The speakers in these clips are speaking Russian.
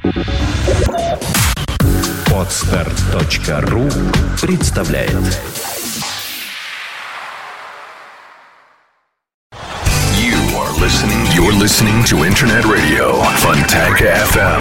Podster.ru представляет. You're listening to Internet Radio Fontanka FM.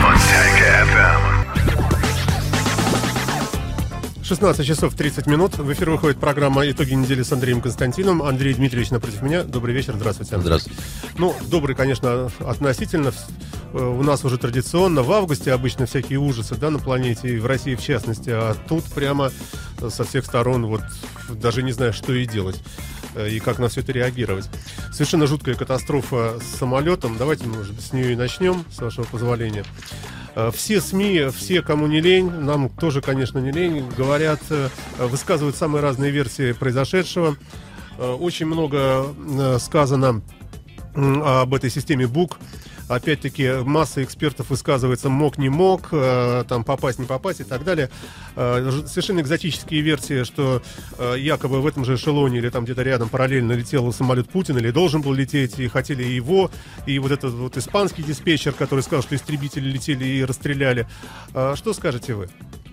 16 часов 30 минут. В эфир выходит программа «Итоги недели» с Андреем Константиновым. Андрей Дмитриевич напротив меня. Добрый вечер, здравствуйте. Здравствуйте. Ну, добрый, конечно, относительно. У нас уже традиционно в августе обычно всякие ужасы, да, на планете, и в России в частности. А тут прямо со всех сторон вот даже не знаю, что и делать. И как на все это реагировать. Совершенно жуткая катастрофа с самолетом. Давайте, может быть, с нее и начнем, с вашего позволения. Все СМИ, все, кому не лень, нам тоже, конечно, не лень, говорят, высказывают самые разные версии произошедшего. Очень много сказано об этой системе БУК. Опять-таки, масса экспертов высказывается, мог, не мог, там попасть, не попасть и так далее. Совершенно экзотические версии, что якобы в этом же эшелоне или там где-то рядом параллельно летел самолет Путина или должен был лететь, и хотели его, и вот этот вот испанский диспетчер, который сказал, что истребители летели и расстреляли. Что скажете вы?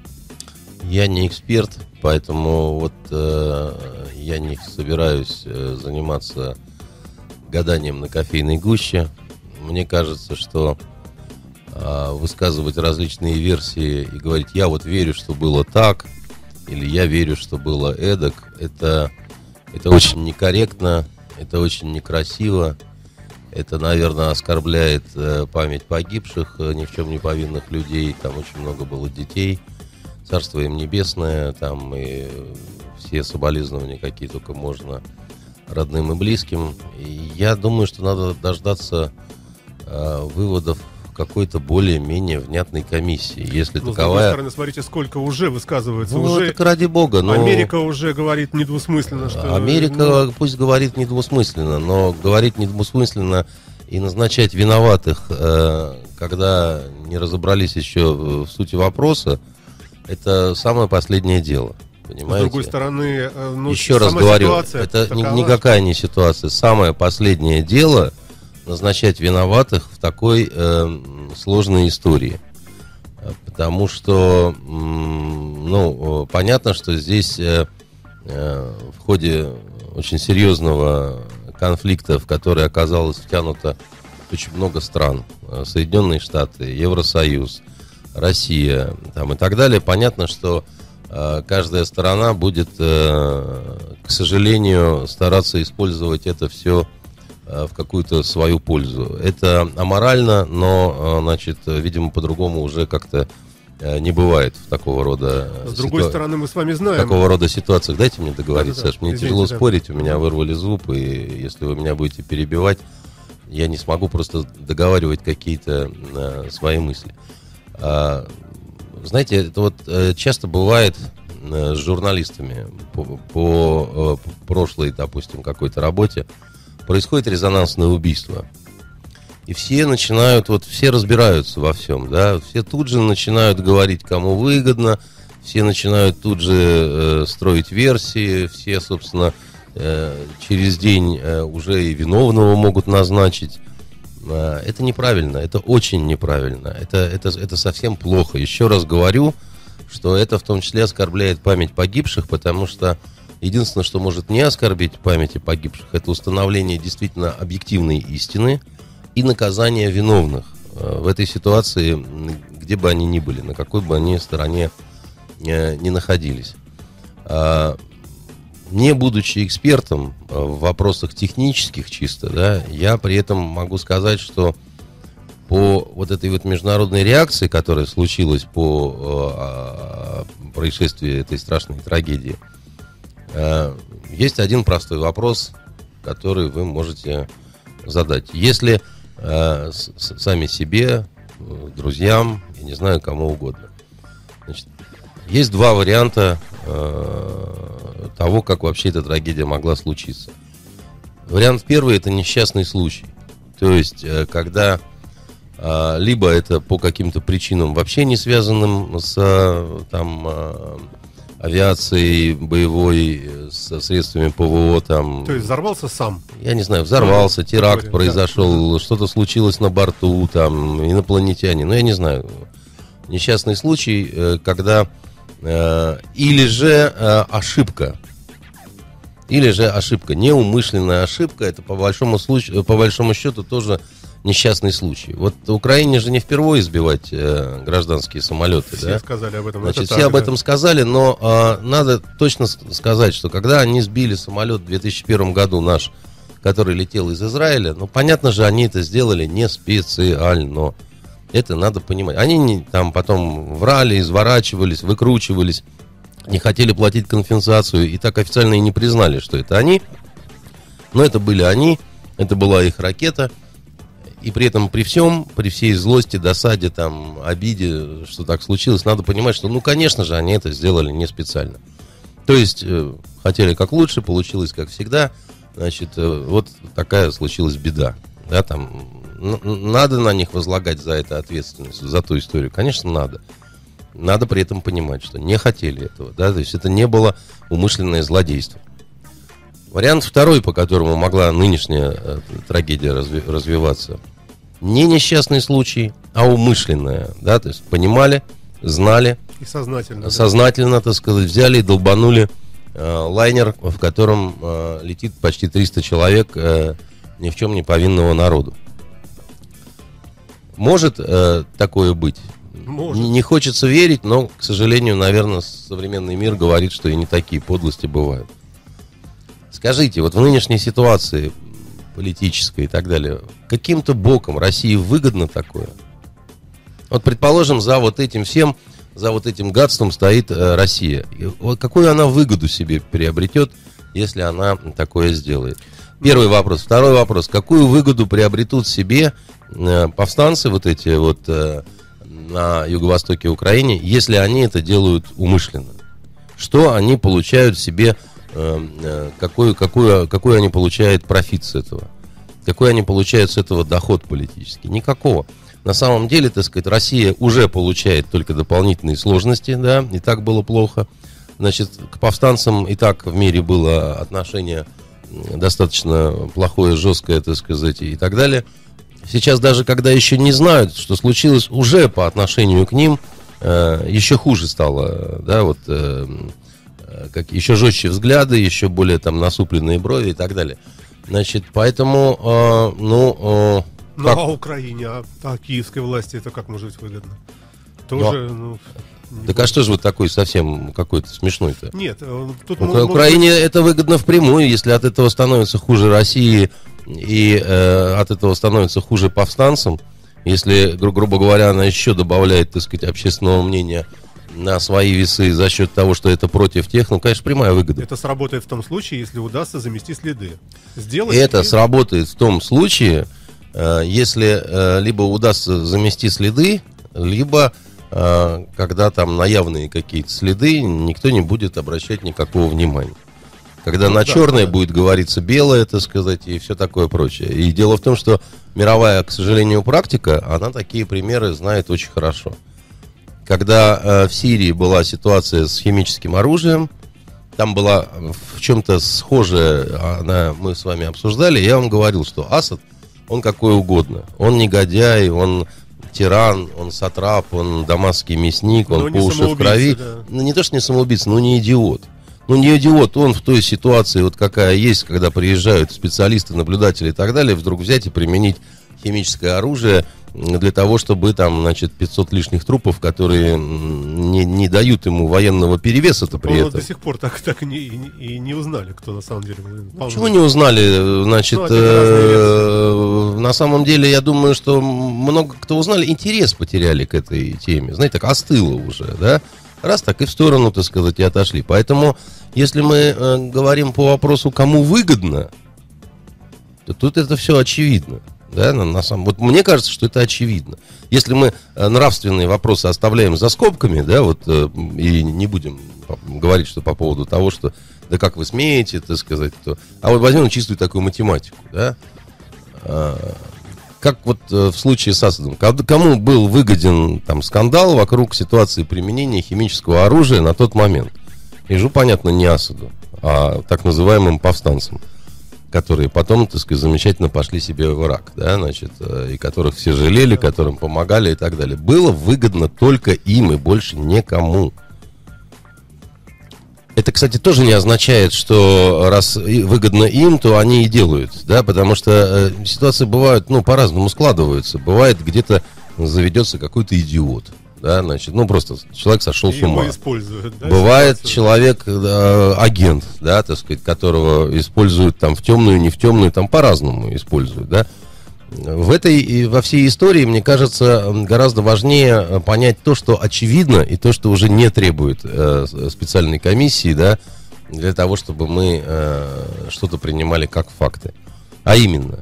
Я не эксперт, поэтому вот я не собираюсь заниматься гаданием на кофейной гуще. Мне кажется, что высказывать различные версии и говорить, я вот верю, что было так, или я верю, что было эдак, это очень некорректно, это очень некрасиво, это, наверное, оскорбляет память погибших, ни в чем не повинных людей, там очень много было детей, царство им небесное, там и все соболезнования, какие только можно, родным и близким. И я думаю, что надо дождаться выводов какой-то более-менее внятной комиссии, если таковая... С другой стороны, смотрите, сколько уже высказывается. Ну, уже... так ради бога. Но... Америка уже говорит недвусмысленно, что... Америка пусть говорит недвусмысленно, но говорить недвусмысленно и назначать виноватых, когда не разобрались еще в сути вопроса, это самое последнее дело. Понимаете? С другой стороны, еще раз говорю, это никакая не ситуация. Самое последнее дело назначать виноватых в такой сложной истории. Потому что, понятно, что здесь в ходе очень серьезного конфликта, в который оказалось втянуто очень много стран, Соединенные Штаты, Евросоюз, Россия там, и так далее, понятно, что каждая сторона будет, к сожалению, стараться использовать это все в какую-то свою пользу. Это аморально, но, значит, видимо, по-другому уже как-то не бывает в такого рода... С другой стороны, мы с вами знаем... В такого рода ситуациях. Дайте мне договорить, Саш. Мне извините, тяжело спорить, у меня вырвали зуб, и если вы меня будете перебивать, я не смогу просто договаривать какие-то свои мысли. Знаете, это вот часто бывает с журналистами по прошлой, допустим, какой-то работе. Происходит резонансное убийство. И все начинают, все разбираются во всем, да, все тут же начинают говорить, кому выгодно, все начинают тут же строить версии, все, собственно, через день уже и виновного могут назначить. Это неправильно, это очень неправильно, это совсем плохо. Еще раз говорю, что это в том числе оскорбляет память погибших, потому что единственное, что может не оскорбить памяти погибших, это установление действительно объективной истины и наказание виновных в этой ситуации, где бы они ни были, на какой бы они стороне ни находились. Не будучи экспертом в вопросах технических чисто, да, я при этом могу сказать, что по вот этой вот международной реакции, которая случилась по происшествию этой страшной трагедии, есть один простой вопрос, который вы можете задать. Если сами себе, друзьям, я не знаю, кому угодно. Значит, есть два варианта того, как вообще эта трагедия могла случиться. Вариант первый – это несчастный случай. То есть, когда либо это по каким-то причинам вообще не связанным с авиацией боевой, со средствами ПВО там. То есть взорвался сам? Я не знаю, взорвался, теракт произошел, что-то случилось на борту, там, инопланетяне, я не знаю. несчастный случай, когда или же ошибка, неумышленная ошибка, это по большому счету тоже несчастный случай. Вот в Украине же не впервые сбивать гражданские самолеты. Все сказали об этом. Значит, все об этом сказали, но надо точно сказать, что когда они сбили самолет в 2001 году наш, который летел из Израиля, ну, понятно же, они это сделали не специально. Это надо понимать. Они там потом врали, изворачивались, выкручивались, не хотели платить компенсацию и так официально и не признали, что это они. Но это были они, это была их ракета. И при этом при всей злости, досаде, там, обиде, что так случилось, надо понимать, что, ну, конечно же, они это сделали не специально. То есть, хотели как лучше, получилось как всегда. Значит, вот такая случилась беда. Да, там, надо на них возлагать за это ответственность, за ту историю? Конечно, надо. Надо при этом понимать, что не хотели этого. Да? То есть, это не было умышленное злодейство. Вариант второй, по которому могла нынешняя трагедия развиваться. Не несчастный случай, а умышленная. Да? То есть понимали, знали. И сознательно. Сознательно, так сказать, взяли и долбанули лайнер, в котором летит почти 300 человек ни в чем не повинного народу. Может такое быть? Может. Не хочется верить, но, к сожалению, наверное, современный мир говорит, что и не такие подлости бывают. Скажите, вот в нынешней ситуации политической и так далее, каким-то боком России выгодно такое? Вот, предположим, за вот этим всем, за вот этим гадством стоит Россия. И вот какую она выгоду себе приобретет, если она такое сделает? Первый вопрос. Второй вопрос. Какую выгоду приобретут себе повстанцы вот эти вот на юго-востоке Украины, если они это делают умышленно? Что они получают себе, какой они получают профит с этого? Какой они получают с этого доход политический? Никакого. На самом деле, так сказать, Россия уже получает только дополнительные сложности, да, и так было плохо. Значит, к повстанцам и так в мире было отношение достаточно плохое, жесткое, так сказать, и так далее. Сейчас даже, когда еще не знают, что случилось, уже по отношению к ним еще хуже стало, да, вот, как еще жестче взгляды, еще более там насупленные брови и так далее. Значит, поэтому, а Украине, а киевской власти это как может быть выгодно? Тоже, Так а что же вот такой совсем какой-то смешной-то? Нет, тут Украине это выгодно впрямую, если от этого становится хуже России и от этого становится хуже повстанцам, если, грубо говоря, она еще добавляет, так сказать, общественного мнения на свои весы за счет того, что это против тех, конечно, прямая выгода. Это сработает в том случае, если удастся замести следы. Сработает в том случае, если либо удастся замести следы, либо когда там на явные какие-то следы никто не будет обращать никакого внимания. Когда на черное будет говориться белое, так сказать, и все такое прочее. И дело в том, что мировая, к сожалению, практика, она такие примеры знает очень хорошо. Когда в Сирии была ситуация с химическим оружием, там была в чем-то схожая, мы с вами обсуждали, я вам говорил, что Асад, он какой угодно. Он негодяй, он тиран, он сатрап, он дамасский мясник, он по уши в крови. Да. Ну, не то, что не самоубийца, но не идиот. Ну, не идиот, он в той ситуации, вот какая есть, когда приезжают специалисты, наблюдатели и так далее, вдруг взять и применить химическое оружие для того, чтобы там, значит, 500 лишних трупов, которые не дают ему военного перевеса-то при этом. До сих пор так и не узнали, кто на самом деле. Почему не узнали? Значит, на самом деле, я думаю, что много кто узнали, интерес потеряли к этой теме. Знаете, так остыло уже, да? Раз так и в сторону, так сказать, и отошли. Поэтому, если мы говорим по вопросу, кому выгодно, то тут это все очевидно. Да, вот мне кажется, что это очевидно. Если мы нравственные вопросы оставляем за скобками, да, вот, и не будем говорить, что по поводу того, что да как вы смеете, так сказать, то, а вот возьмем чистую такую математику, да, как вот в случае с Асадом, кому был выгоден там скандал вокруг ситуации применения химического оружия на тот момент? И же, понятно, не Асаду, а так называемым повстанцам. которые потом, так сказать, замечательно пошли себе в Ирак, да, значит, и которых все жалели, которым помогали и так далее. Было выгодно только им и больше никому. Это, кстати, тоже не означает, что раз выгодно им, то они и делают, да, потому что ситуации бывают, ну, по-разному складываются. Бывает, где-то заведется какой-то идиот, да, значит, ну, просто человек сошел с ума. Его используют, да, бывает ситуацию. человек, агент, да, так сказать, которого используют там в темную, не в темную, там по-разному используют, да. Во всей истории, мне кажется, гораздо важнее понять то, что очевидно, и то, что уже не требует специальной комиссии, да, для того, чтобы мы что-то принимали как факты. А именно,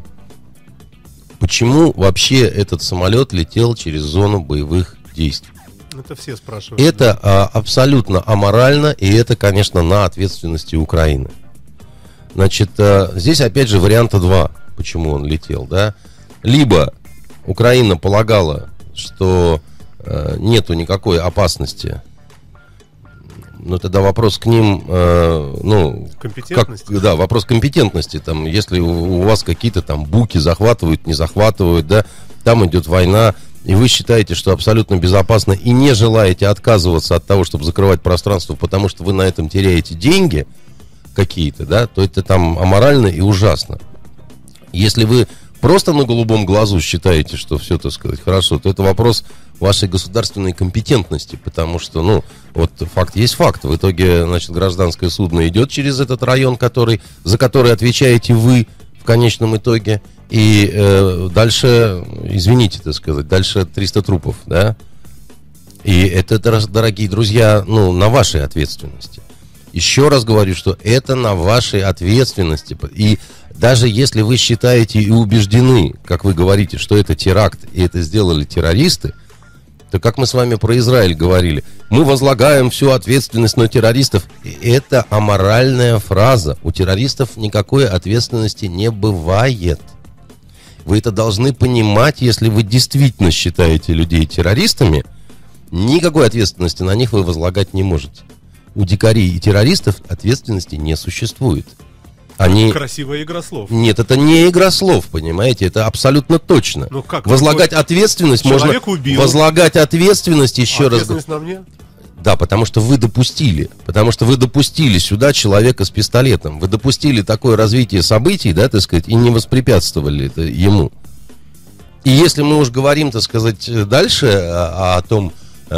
почему вообще этот самолет летел через зону боевых действий? Это все спрашивают. Это абсолютно аморально, и это, конечно, на ответственности Украины. Значит, здесь опять же варианта два, почему он летел, да. Либо Украина полагала, что нету никакой опасности, но тогда вопрос к ним, компетентности. Да, вопрос компетентности. Там, если у вас какие-то там буки захватывают, не захватывают, да, там идет война, и вы считаете, что абсолютно безопасно, и не желаете отказываться от того, чтобы закрывать пространство, потому что вы на этом теряете деньги какие-то, да, то это там аморально и ужасно. Если вы просто на голубом глазу считаете, что все, так сказать, хорошо, то это вопрос вашей государственной компетентности, потому что, ну, вот факт есть факт. В итоге, значит, гражданское судно идет через этот район, за который отвечаете вы в конечном итоге, и дальше, извините, так сказать, дальше 300 трупов, да, и это, дорогие друзья, ну, на вашей ответственности. Еще раз говорю, что это на вашей ответственности. И даже если вы считаете и убеждены, как вы говорите, что это теракт, и это сделали террористы, то, как мы с вами про Израиль говорили, мы возлагаем всю ответственность на террористов. И это аморальная фраза. У террористов никакой ответственности не бывает. Вы это должны понимать, если вы действительно считаете людей террористами, никакой ответственности на них вы возлагать не можете. У дикарей и террористов ответственности не существует. Они... Красивая игра слов. Нет, это не игра слов, понимаете, это абсолютно точно. Ну как? Возлагать ответственность можно... Убил. Возлагать ответственность, еще раз... Ответственность на мне? Да, потому что вы допустили сюда человека с пистолетом. Вы допустили такое развитие событий, да, так сказать, и не воспрепятствовали это ему. И если мы уж говорим, так сказать, дальше о том,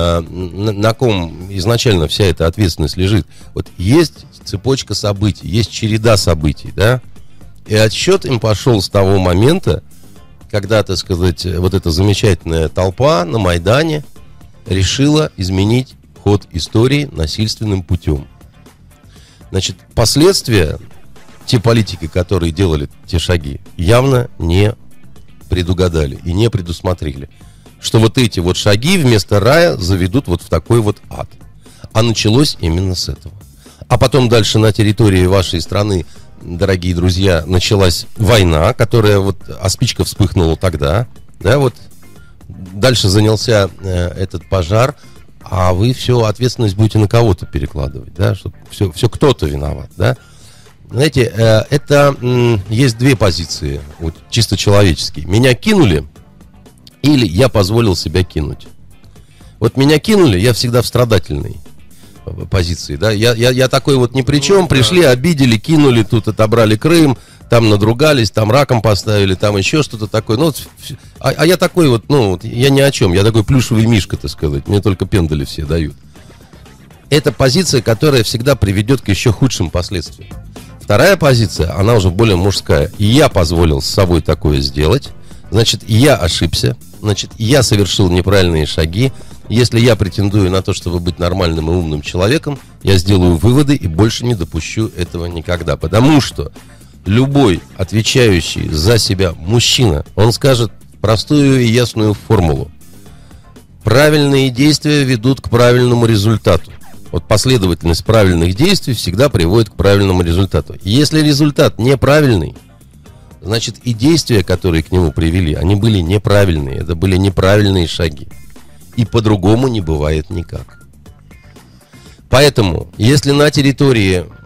на ком изначально вся эта ответственность лежит. Вот есть цепочка событий, есть череда событий, да, и отсчет им пошел с того момента, когда, так сказать, вот эта замечательная толпа на Майдане решила изменить ход истории насильственным путем. Значит, последствия, те политики, которые делали те шаги, явно не предугадали и не предусмотрели, что вот эти вот шаги вместо рая заведут вот в такой вот ад. А началось именно с этого. А потом дальше на территории вашей страны, дорогие друзья, началась война, которая вот, а спичка вспыхнула тогда, да, вот. Дальше занялся этот пожар, а вы всю ответственность будете на кого-то перекладывать, да, что все кто-то виноват, да. Знаете, это есть две позиции, вот, чисто человеческие. Меня кинули, или я позволил себя кинуть. Вот меня кинули, я всегда в страдательной позиции, да. Я такой вот ни при чем, пришли, обидели, кинули, тут отобрали Крым, там надругались, там раком поставили, там еще что-то такое. Ну, вот, а я такой вот, ну, вот, я ни о чем, я такой плюшевый мишка, так сказать, мне только пендали все дают. Это позиция, которая всегда приведет к еще худшим последствиям. Вторая позиция, она уже более мужская. И я позволил с собой такое сделать, значит, я ошибся, значит, я совершил неправильные шаги. Если я претендую на то, чтобы быть нормальным и умным человеком, я сделаю выводы и больше не допущу этого никогда. Потому что любой отвечающий за себя мужчина, он скажет простую и ясную формулу. Правильные действия ведут к правильному результату. Вот последовательность правильных действий всегда приводит к правильному результату. И если результат неправильный, значит и действия, которые к нему привели, они были неправильные. Это были неправильные шаги. И по-другому не бывает никак. Поэтому, если на территории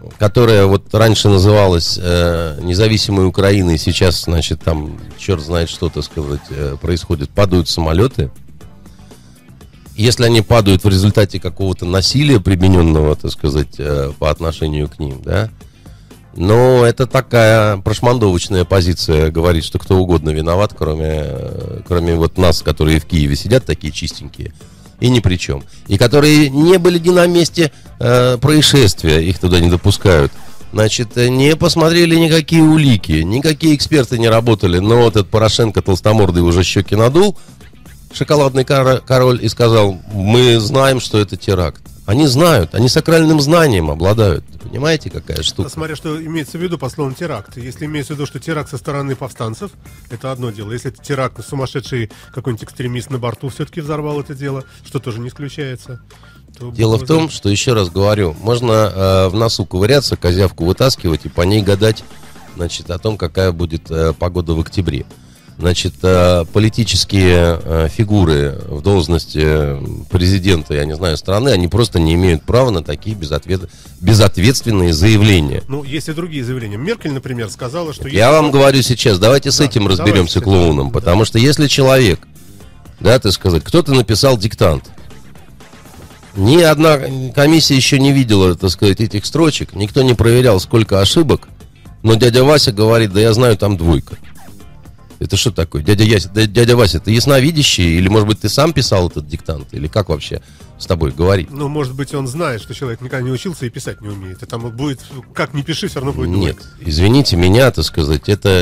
которая вот раньше называлась независимой Украиной, сейчас, значит, там черт знает что, так сказать, происходит, падают самолеты. Если они падают в результате какого-то насилия, примененного, так сказать, по отношению к ним, да, но это такая прошмандовочная позиция, говорит, что кто угодно виноват, кроме вот нас, которые в Киеве сидят, такие чистенькие, и ни при чем. И которые не были ни на месте происшествия, их туда не допускают. Значит, не посмотрели никакие улики, никакие эксперты не работали, но вот этот Порошенко толстомордый уже щеки надул, шоколадный король, и сказал: мы знаем, что это теракт. Они знают, они сакральным знанием обладают. Понимаете, какая штука? Смотря что имеется в виду по словам теракт. Если имеется в виду, что теракт со стороны повстанцев, это одно дело. Если это теракт, сумасшедший какой-нибудь экстремист на борту все-таки взорвал это дело, что тоже не исключается. Дело в том, что, еще раз говорю, можно в носу ковыряться, козявку вытаскивать и по ней гадать, значит, о том, какая будет погода в октябре. Значит, политические фигуры в должности президента, я не знаю, страны, они просто не имеют права на такие безответственные заявления. Ну, есть и другие заявления. Меркель, например, сказала, что... Я вам говорю сейчас, давайте с этим разберемся клоуном, потому что если человек, да, так сказать, кто-то написал диктант, ни одна комиссия еще не видела, так сказать, этих строчек, никто не проверял, сколько ошибок, но дядя Вася говорит: да я знаю, там 2. Это что такое? Дядя Вася, ты ясновидящий? Или, может быть, ты сам писал этот диктант? Или как вообще с тобой говорить? Ну, может быть, он знает, что человек никогда не учился и писать не умеет. И там вот будет, как ни пиши, все равно будет 2. Нет, извините меня, так сказать, это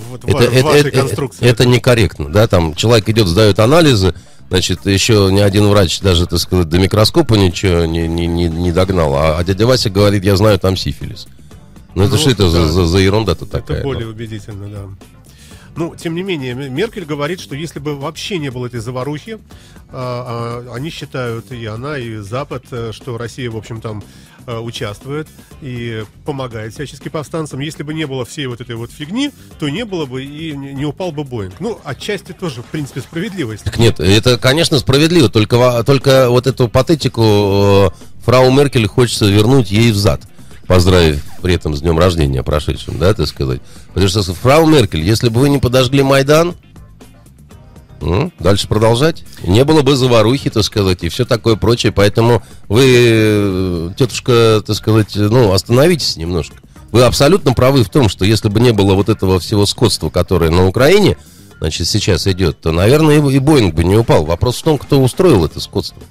некорректно. Да? Там человек идет, сдает анализы, значит, еще ни один врач даже, так сказать, до микроскопа ничего не догнал. А дядя Вася говорит: я знаю, там сифилис. Ну, это что это за ерунда-то такая? Это более убедительно, да. Ну, тем не менее, Меркель говорит, что если бы вообще не было этой заварухи, они считают, и она, и Запад, что Россия, в общем, там участвует и помогает всячески повстанцам. Если бы не было всей вот этой вот фигни, то не было бы и не упал бы Боинг. Ну, отчасти тоже, в принципе, справедливо. Так нет, это, конечно, справедливо, только вот эту патетику фрау Меркель хочется вернуть ей взад, поздравив при этом с днем рождения прошедшим, да, так сказать. Потому что, фрау Меркель, если бы вы не подожгли Майдан, дальше продолжать, не было бы заварухи, так сказать, и все такое прочее. Поэтому вы, тетушка, так сказать, остановитесь немножко. Вы абсолютно правы в том, что если бы не было вот этого всего скотства, которое на Украине, значит, сейчас идет, то, наверное, и Боинг бы не упал. Вопрос в том, кто устроил это скотство.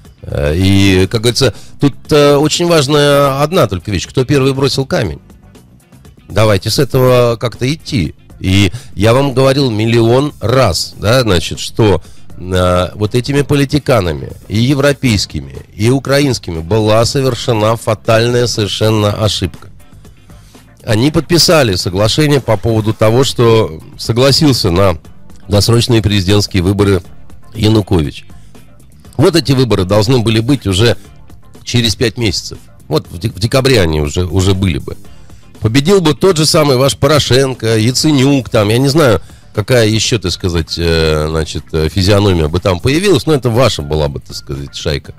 И, как говорится, тут очень важная одна только вещь: кто первый бросил камень. Давайте с этого как-то идти. И я вам говорил миллион раз, да, значит, что вот этими политиканами, и европейскими, и украинскими, была совершена фатальная совершенно ошибка. Они подписали соглашение по поводу того, что согласился на досрочные президентские выборы Янукович. Вот эти выборы должны были быть уже через 5 месяцев. Вот в декабре они уже были бы. Победил бы тот же самый ваш Порошенко, Яценюк, там, я не знаю, какая еще, так сказать, значит, физиономия бы там появилась, но это ваша была бы, так сказать, шайка.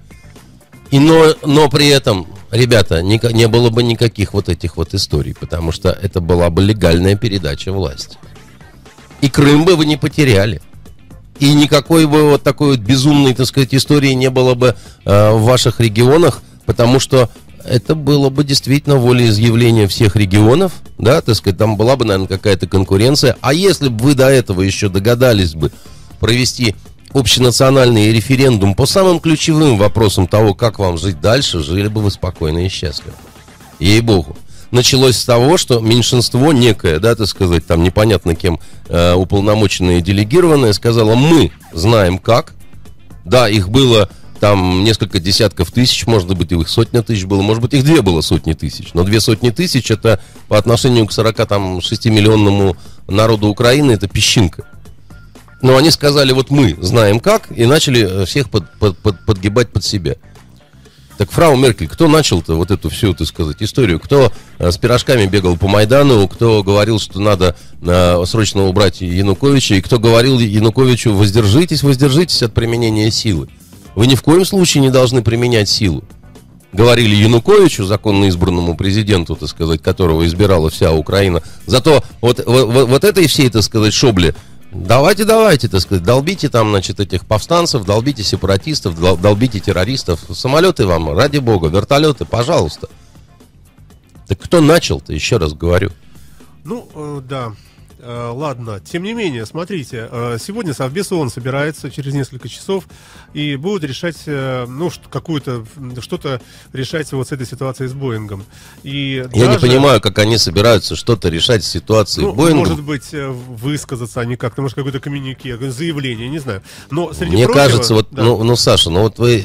Но при этом, ребята, не было бы никаких вот этих вот историй, потому что это была бы легальная передача власти. И Крым бы вы не потеряли. И никакой бы вот такой вот безумной, так сказать, истории не было бы в ваших регионах, потому что это было бы действительно волеизъявление всех регионов, да, так сказать, там была бы, наверное, какая-то конкуренция. А если бы вы до этого еще догадались бы провести общенациональный референдум по самым ключевым вопросам того, как вам жить дальше, жили бы вы спокойно и счастливо. Ей-богу. Началось с того, что меньшинство некое, да, так сказать, там непонятно кем уполномоченное и делегированное, сказало: мы знаем как. Да, их было там несколько десятков тысяч, может быть, их 100 тысяч было, может быть, их 2 было 100 тысяч. Но 200 тысяч это по отношению к 46-миллионному народу Украины это песчинка. Но они сказали: вот мы знаем как, и начали всех подгибать под себя. Так, фрау Меркель, кто начал-то вот эту всю, так сказать, историю? Кто с пирожками бегал по Майдану, кто говорил, что надо срочно убрать Януковича, и кто говорил Януковичу: воздержитесь от применения силы. Вы ни в коем случае не должны применять силу. говорили Януковичу, законно избранному президенту, так сказать, которого избирала вся Украина. Зато вот этой всей, так сказать, шобле, давайте, так сказать, долбите там, значит, этих повстанцев, долбите сепаратистов, долбите террористов. Самолеты вам, ради бога, вертолеты, пожалуйста. Так кто начал-то, еще раз говорю. Ну, да. Ладно, тем не менее, смотрите, сегодня Совбез ООН собирается через несколько часов и будут решать, ну, что-то решать вот с этой ситуацией с Боингом. И я не понимаю, как они собираются что-то решать с ситуацией с Боингом. Может быть, высказаться они как-то, может, какое-то коммюнике, заявление, не знаю. Но среди мне прочего, кажется, вот, да. Саша, вот вы,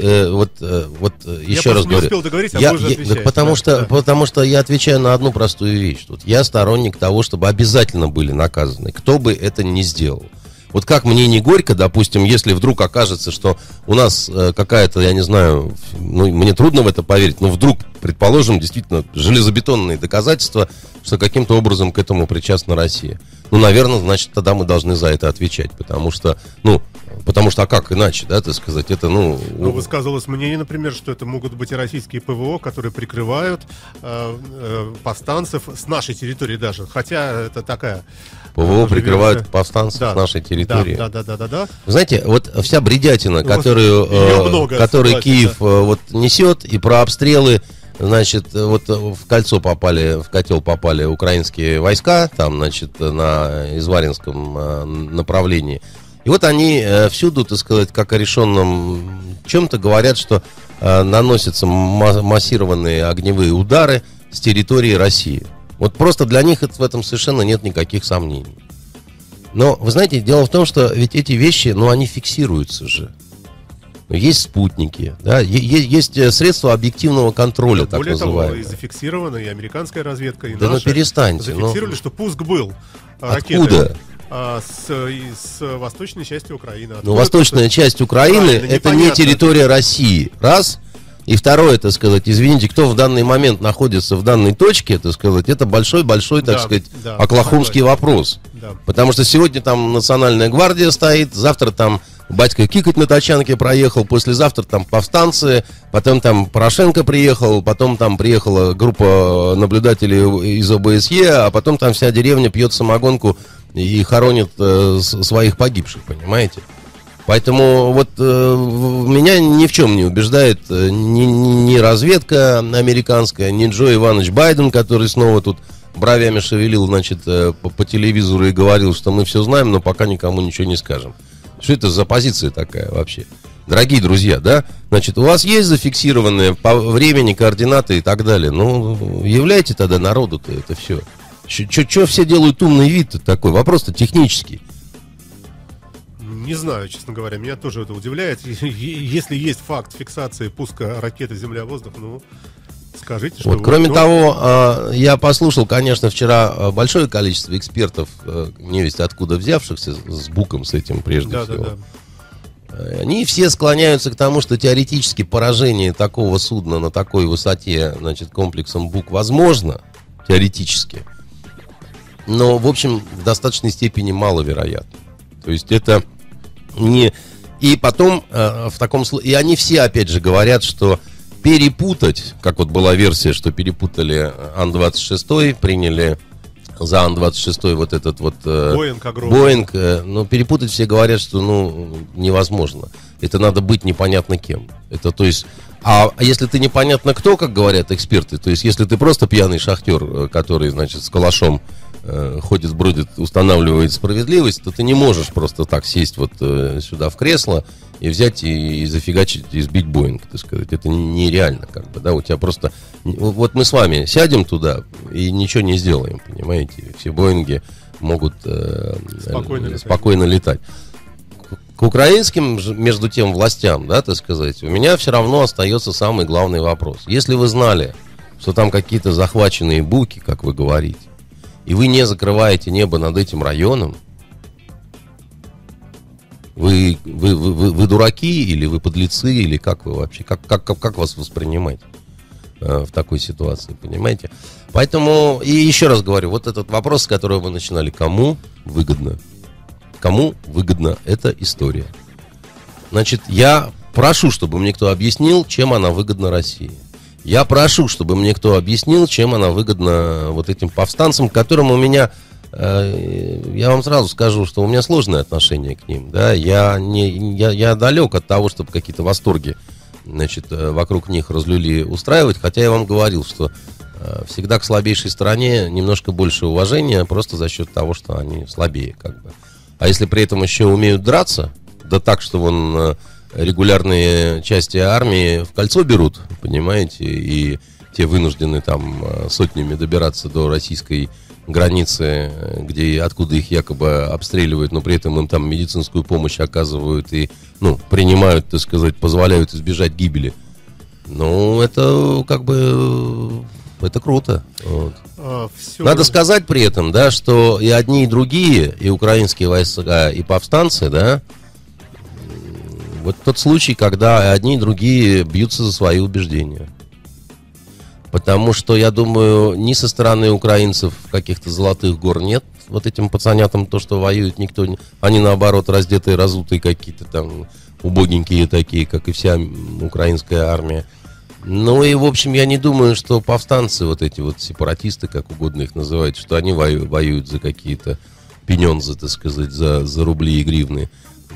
еще раз говорю. Я не успел договорить, а вы уже отвечаете. Потому что я отвечаю на одну простую вещь. Тут я сторонник того, чтобы обязательно были наказаны, кто бы это ни сделал. Вот как мне не горько, допустим, если вдруг окажется, что у нас какая-то, я не знаю, ну, мне трудно в это поверить, но вдруг, предположим, действительно железобетонные доказательства, что каким-то образом к этому причастна Россия. Ну, наверное, значит, тогда мы должны за это отвечать, потому что, а как иначе, да, так сказать, это, высказывалось мнение, например, что это могут быть и российские ПВО, которые прикрывают повстанцев с нашей территории даже, хотя это такая... ПВО прикрывают повстанцев с нашей территории. Да. Знаете, вот вся бредятина, которую Киев несет, и про обстрелы, значит, вот в котел попали украинские войска, там, значит, на Изваринском направлении. И вот они всюду, так сказать, как о решенном чем-то говорят, что наносятся массированные огневые удары с территории России. Вот просто для них в этом совершенно нет никаких сомнений. Но, вы знаете, дело в том, что ведь эти вещи, они фиксируются же. Есть спутники, да, есть средства объективного контроля, так называемые. Более того, и зафиксировано, и американская разведка, и наша. Да ну перестаньте. Зафиксировали, что пуск был ракеты. Откуда? С восточной части Украины. Восточная часть Украины это не территория России. Раз. И второе, так сказать, извините, кто в данный момент находится в данной точке, так сказать, это большой-большой, так сказать, оклахомский вопрос. Да. Потому что сегодня там Национальная гвардия стоит, завтра там батька Кикоть на тачанке проехал, послезавтра там повстанцы, потом там Порошенко приехал, потом там приехала группа наблюдателей из ОБСЕ, а потом там вся деревня пьет самогонку и хоронит своих погибших, понимаете? Поэтому вот меня ни в чем не убеждает ни разведка американская, ни Джо Иванович Байден, который снова тут бровями шевелил, значит, по телевизору и говорил, что мы все знаем, но пока никому ничего не скажем. Что это за позиция такая вообще? Дорогие друзья, да? Значит, у вас есть зафиксированные по времени координаты и так далее. Являйте тогда народу-то это все. Че все делают умный вид такой? Вопрос-то технический. Не знаю, честно говоря, меня тоже это удивляет. Если есть факт фиксации пуска ракеты земля-воздух, скажите, что... Кроме того, я послушал, конечно, вчера большое количество экспертов, невесть откуда взявшихся, с Буком, с этим прежде всего. Они все склоняются к тому, что теоретически поражение такого судна на такой высоте, значит, комплексом Бук возможно, теоретически. Но, в общем, в достаточной степени маловероятно. То есть это... И потом в таком случае, и они все опять же говорят, что перепутать, как вот была версия, что перепутали Ан-26, приняли за Ан-26 вот этот вот Боинг, но перепутать все говорят, что невозможно. Это надо быть непонятно кем. Это то есть, а если ты непонятно кто, как говорят эксперты, то есть если ты просто пьяный шахтер, который, значит, с калашом ходит, бродит, устанавливает справедливость, то ты не можешь просто так сесть вот сюда в кресло и взять и зафигачить, и сбить Боинг, так сказать. Это нереально, как бы, да, у тебя просто... Вот мы с вами сядем туда и ничего не сделаем, понимаете? Все Боинги могут спокойно летать. К украинским, между тем, властям, да, так сказать, у меня все равно остается самый главный вопрос. Если вы знали, что там какие-то захваченные буки, как вы говорите, и вы не закрываете небо над этим районом, вы дураки, или вы подлецы, или как вы вообще, как вас воспринимать в такой ситуации, понимаете? Поэтому, и еще раз говорю, вот этот вопрос, с которого вы начинали, кому выгодно? Кому выгодна эта история? Значит, я прошу, чтобы мне кто объяснил, чем она выгодна России. Я прошу, чтобы мне кто объяснил, чем она выгодна вот этим повстанцам, к которым у меня, я вам сразу скажу, что у меня сложное отношение к ним. Да? Я далек от того, чтобы какие-то восторги, значит, вокруг них разлюли устраивать, хотя я вам говорил, что всегда к слабейшей стороне немножко больше уважения, просто за счет того, что они слабее, как бы. А если при этом еще умеют драться, да так, что вон регулярные части армии в кольцо берут, понимаете, и те вынуждены там сотнями добираться до российской границы, откуда их якобы обстреливают, но при этом им там медицинскую помощь оказывают и, принимают, так сказать, позволяют избежать гибели. Это как бы... Это круто. Вот. Надо сказать при этом, да, что и одни, и другие, и украинские войска, и повстанцы, да, вот тот случай, когда и одни, и другие бьются за свои убеждения. Потому что, я думаю, ни со стороны украинцев каких-то золотых гор нет. Вот этим пацанятам то, что воюют, никто не... Они, наоборот, раздетые, разутые какие-то там, убогенькие такие, как и вся украинская армия. И, в общем, я не думаю, что повстанцы, вот эти вот сепаратисты, как угодно их называют, что они воюют за какие-то пенензы, так сказать, за рубли и гривны.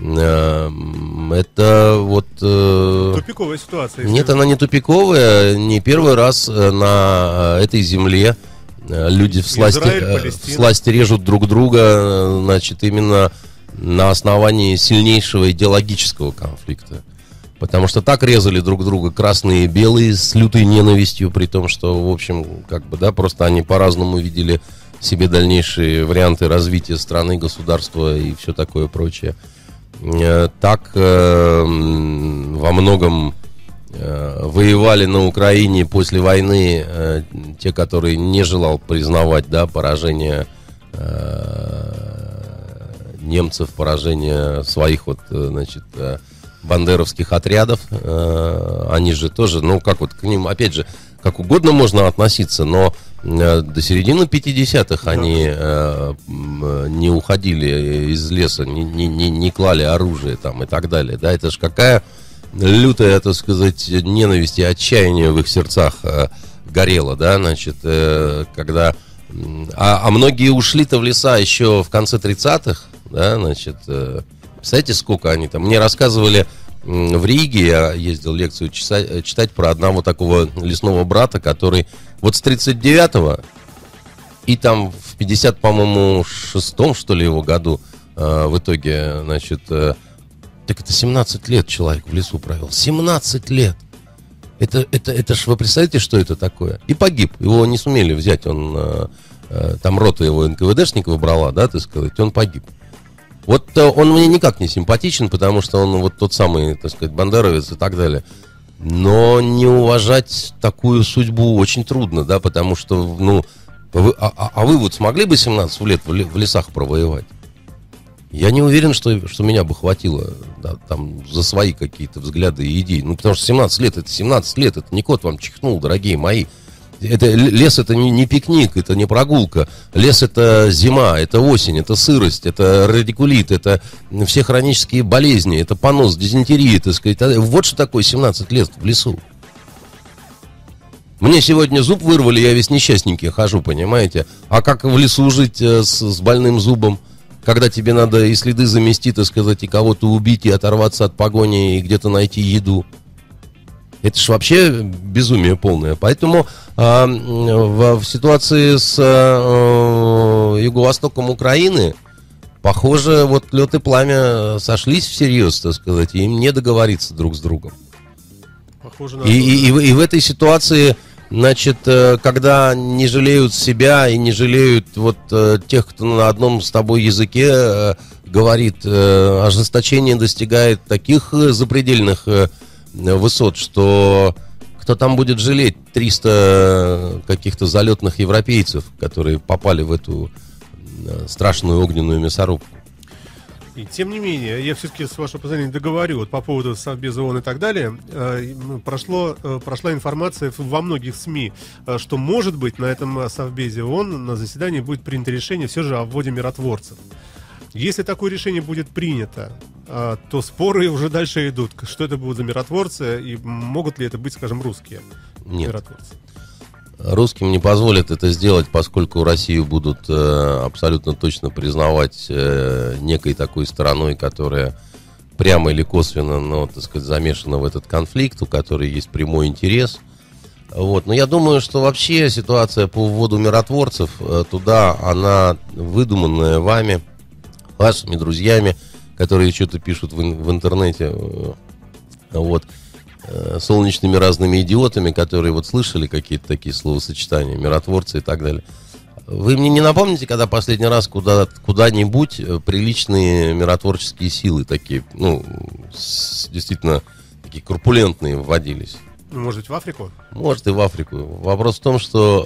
Это вот... Тупиковая ситуация. Нет, она не тупиковая. Не первый раз на этой земле люди всласть режут друг друга, значит, именно на основании сильнейшего идеологического конфликта. Потому что так резали друг друга красные и белые с лютой ненавистью, при том, что, в общем, как бы, да, просто они по-разному видели себе дальнейшие варианты развития страны, государства и все такое прочее. Так во многом воевали на Украине после войны те, которые не желал признавать, да, поражение немцев, поражение своих вот, значит, бандеровских отрядов. Они же тоже, как вот к ним, опять же, как угодно можно относиться, но до середины 50-х они не уходили из леса, не клали оружие там и так далее. Да, это же какая лютая, так сказать, ненависть и отчаяние в их сердцах горело, да, значит, когда... А многие ушли-то в леса еще в конце 30-х, да, значит... Представляете, сколько они там? Мне рассказывали в Риге, я ездил лекцию читать про одного такого лесного брата, который вот с 39-го и там в 50, по-моему, 6-м, что ли, его году в итоге, значит, так это 17 лет человек в лесу провел. 17 лет! Это ж вы представляете, что это такое? И погиб, его не сумели взять, он там рота его НКВДшников брала, да, так сказать, он погиб. Вот он мне никак не симпатичен, потому что он вот тот самый, так сказать, бандеровец и так далее. Но не уважать такую судьбу очень трудно, да, потому что, вы вот смогли бы 17 лет в лесах провоевать? Я не уверен, что меня бы хватило, да, там, за свои какие-то взгляды и идеи. Потому что 17 лет, это 17 лет, это не кот вам чихнул, дорогие мои. Лес это не пикник, это не прогулка. Лес это зима, это осень, это сырость, это радикулит, это все хронические болезни, это понос, дизентерия, так сказать. Вот что такое 17 лет в лесу. Мне сегодня зуб вырвали, я весь несчастненький хожу, понимаете? А как в лесу жить с больным зубом, когда тебе надо и следы замести, так сказать, и кого-то убить, и оторваться от погони, и где-то найти еду? Это ж вообще безумие полное. Поэтому в ситуации с юго-востоком Украины, похоже, вот лед и пламя сошлись всерьез, так сказать, и им не договориться друг с другом. Похоже на и в этой ситуации, значит, когда не жалеют себя и не жалеют вот тех, кто на одном с тобой языке говорит, ожесточение достигает таких запредельных высот, что кто там будет жалеть 300 каких-то залетных европейцев, которые попали в эту страшную огненную мясорубку. И тем не менее, я все-таки, с вашего позволения, договорю вот по поводу Совбеза ООН и так далее. Прошла информация во многих СМИ, что, может быть, на этом Совбезе ООН на заседании будет принято решение все же о вводе миротворцев. Если такое решение будет принято, то споры уже дальше идут. Что это будут за миротворцы и могут ли это быть, скажем, русские? Нет. миротворцы? Русским не позволят это сделать, поскольку Россию будут абсолютно точно признавать некой такой стороной, которая прямо или косвенно, но, так сказать, замешана в этот конфликт, у которой есть прямой интерес. Вот. Но я думаю, что вообще ситуация по вводу миротворцев туда, она выдуманная вами, вашими друзьями, которые что-то пишут в интернете, вот, солнечными разными идиотами, которые вот слышали какие-то такие словосочетания, миротворцы и так далее. Вы мне не напомните, когда последний раз куда-нибудь приличные миротворческие силы такие, ну, действительно, такие корпулентные вводились? Может быть, в Африку? Может, и в Африку. Вопрос в том,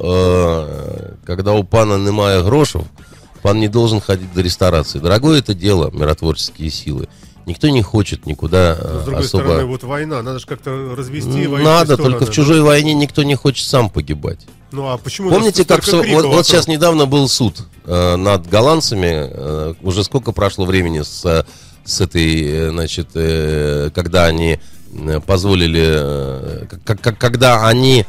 что когда у пана немає грошей, пан не должен ходить до ресторации. Дорогое это дело, миротворческие силы. Никто не хочет никуда с другой особо... стороны, вот война, надо же как-то развести войну. Надо, только в чужой войне никто не хочет сам погибать. Ну а почему? Помните, как вот сейчас недавно был суд над голландцами, уже сколько прошло времени с этой, значит, когда они позволили, когда они,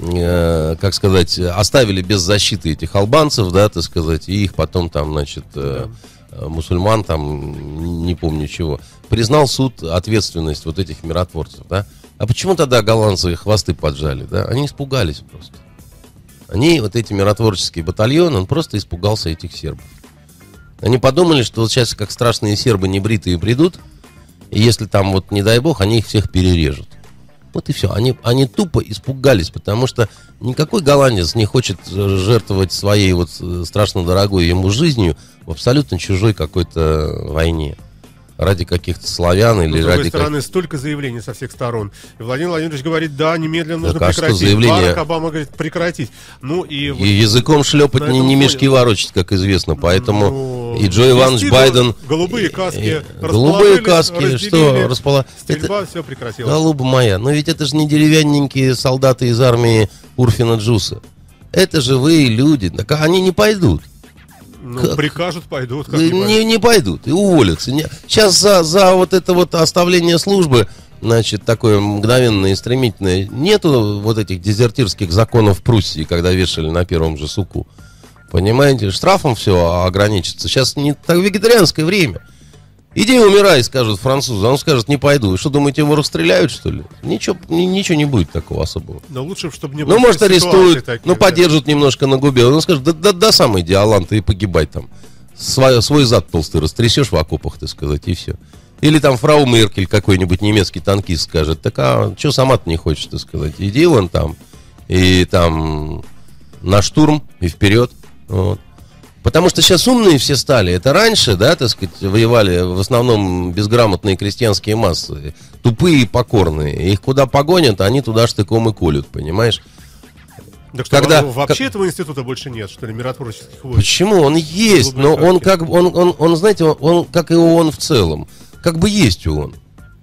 как сказать, оставили без защиты этих албанцев, да, так сказать, и их потом там, значит, мусульман, там, не помню чего, признал суд ответственность вот этих миротворцев, да. А почему тогда голландцы хвосты поджали, да? Они испугались просто. Они, вот эти миротворческие батальоны, он просто испугался этих сербов. Они подумали, что вот сейчас как страшные сербы небритые придут, и если там вот, не дай бог, они их всех перережут. Вот и все. Они тупо испугались, потому что никакой голландец не хочет жертвовать своей вот страшно дорогой ему жизнью в абсолютно чужой какой-то войне. Ради каких-то славян или с ради... другой стороны, столько заявлений со всех сторон. И Владимир Владимирович говорит, да, немедленно нужно Так, прекратить. Заявление... Барак Обама говорит, прекратить. Ну, и языком шлепать не мешки ворочать, как известно. Поэтому и Джо Иванович Байден... Голубые каски голубые каски, что расположили? Стрельба, все прекратилось. Голуба моя, но ведь это же не деревянненькие солдаты из армии Урфина Джуса. Это живые люди. Так они не пойдут. Ну, прикажут, пойдут. Как не пойдут и уволятся. Сейчас за вот это вот оставление службы, значит, такое мгновенное и стремительное, нету вот этих дезертирских законов в Пруссии, когда вешали на первом же суку. Понимаете, штрафом все ограничится. Сейчас не так вегетарианское время. Иди умирай, скажут французы. Он скажет, не пойду. И что, думаете, его расстреляют, что ли? Ничего не будет такого особого. Но лучше, чтобы не было. Ну, может, арестуют, такие, подержат немножко на губе. Он скажет, да сам иди, Алан, ты и погибай там. Свой зад толстый растрясешь в окопах, так сказать, и все. Или там фрау Меркель, какой-нибудь немецкий танкист, скажет, так а что сама-то не хочешь, так сказать. Иди вон там, и там на штурм, и вперед. Вот. Потому что сейчас умные все стали. Это раньше, да, так сказать, воевали в основном безграмотные крестьянские массы. Тупые и покорные. Их куда погонят, они туда штыком и колют, понимаешь? Так что вообще этого института больше нет, что ли, миротворческих войск? Почему? Он есть, но он как он, знаете, он как и ООН в целом. Как бы есть ООН.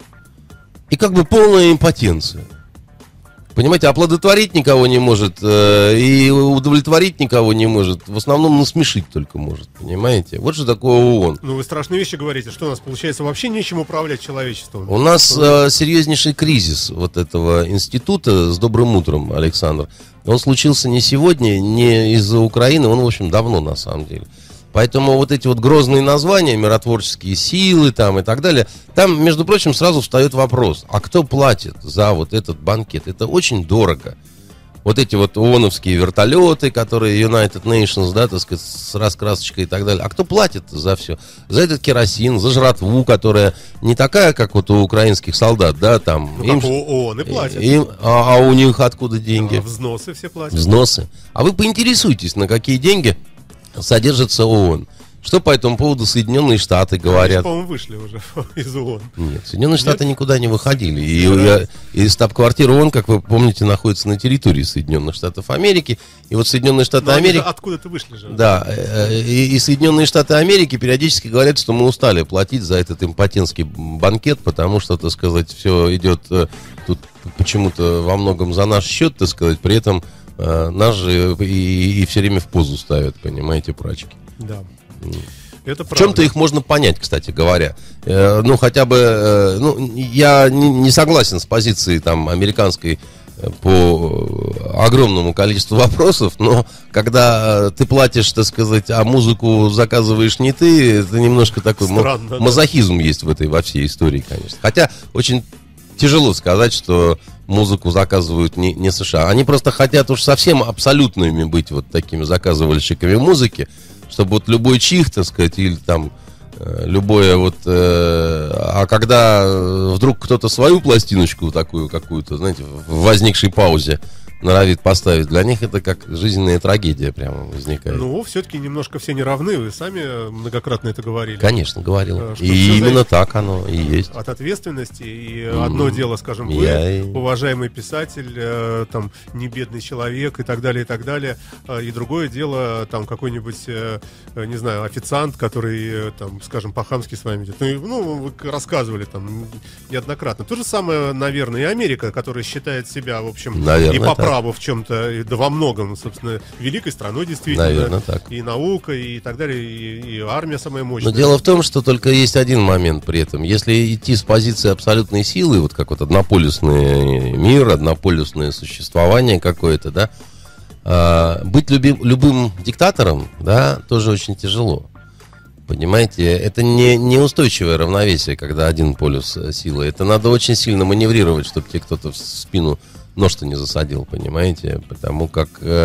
И как бы полная импотенция. Понимаете, оплодотворить никого не может, и удовлетворить никого не может. В основном насмешить только может, понимаете? Вот что такое ООН. Ну, вы страшные вещи говорите. Что у нас, получается, вообще нечем управлять человечеством? У нас серьезнейший кризис вот этого института. С добрым утром, Александр. Он случился не сегодня, не из-за Украины, он, в общем, давно, на самом деле. Поэтому вот эти вот грозные названия, миротворческие силы там и так далее, там, между прочим, сразу встает вопрос, а кто платит за вот этот банкет? Это очень дорого. Вот эти вот ООНовские вертолеты, которые United Nations, да, так сказать, с раскрасочкой и так далее. А кто платит за все? За этот керосин, за жратву, которая не такая, как вот у украинских солдат, да, там. Ну, им, как у ООН и платят. А у них откуда деньги? Взносы все платят. Взносы. А вы поинтересуйтесь, на какие деньги содержится ООН. Что по этому поводу Соединенные Штаты говорят? Они, по-моему, вышли уже из ООН. Нет, Соединенные Штаты никуда не выходили. И штаб-квартира ООН, как вы помните, находится на территории Соединенных Штатов Америки. И вот Соединенные Штаты Америки... Откуда-то вышли же. Да, и Соединенные Штаты Америки периодически говорят, что мы устали платить за этот импотентский банкет, потому что, так сказать, все идет тут почему-то во многом за наш счет, так сказать, при этом нас же и все время в позу ставят, понимаете, прачки. Да. Это в чем-то их можно понять, кстати говоря. Ну, хотя бы, я не согласен с позицией там американской по огромному количеству вопросов, но когда ты платишь, так сказать, а музыку заказываешь не ты, это немножко такой странно, мазохизм есть во всей истории, конечно. Хотя очень тяжело сказать, что музыку заказывают не США. Они просто хотят уж совсем абсолютными быть вот такими заказывальщиками музыки, чтобы вот любой чих, так сказать, или там любое вот... а когда вдруг кто-то свою пластиночку такую какую-то, знаете, в возникшей паузе норовит поставить, для них это как жизненная трагедия прямо возникает. Ну, все-таки немножко все не равны, вы сами многократно это говорили. Конечно, говорил. Что И именно так оно и есть. От ответственности. И одно дело, скажем, вы, уважаемый писатель, там, не бедный человек и так далее, и так далее. И другое дело, там, какой-нибудь, не знаю, официант, который, там, скажем, по-хамски с вами идет. Ну, вы рассказывали там неоднократно. То же самое, наверное, и Америка, которая считает себя, в общем, наверное, и по так. праву в чем-то, да во многом, собственно, великой страной, действительно. Наверное, так. И наука, и так далее, и армия самая мощная. Но дело в том, что только есть один момент при этом. Если идти с позиции абсолютной силы, вот как вот однополюсный мир, однополюсное существование какое-то, да, быть любым диктатором, да, тоже очень тяжело. Понимаете, это не устойчивое равновесие, когда один полюс силы. Это надо очень сильно маневрировать, чтобы тебе кто-то в спину нож-то не засадил, понимаете? Потому как,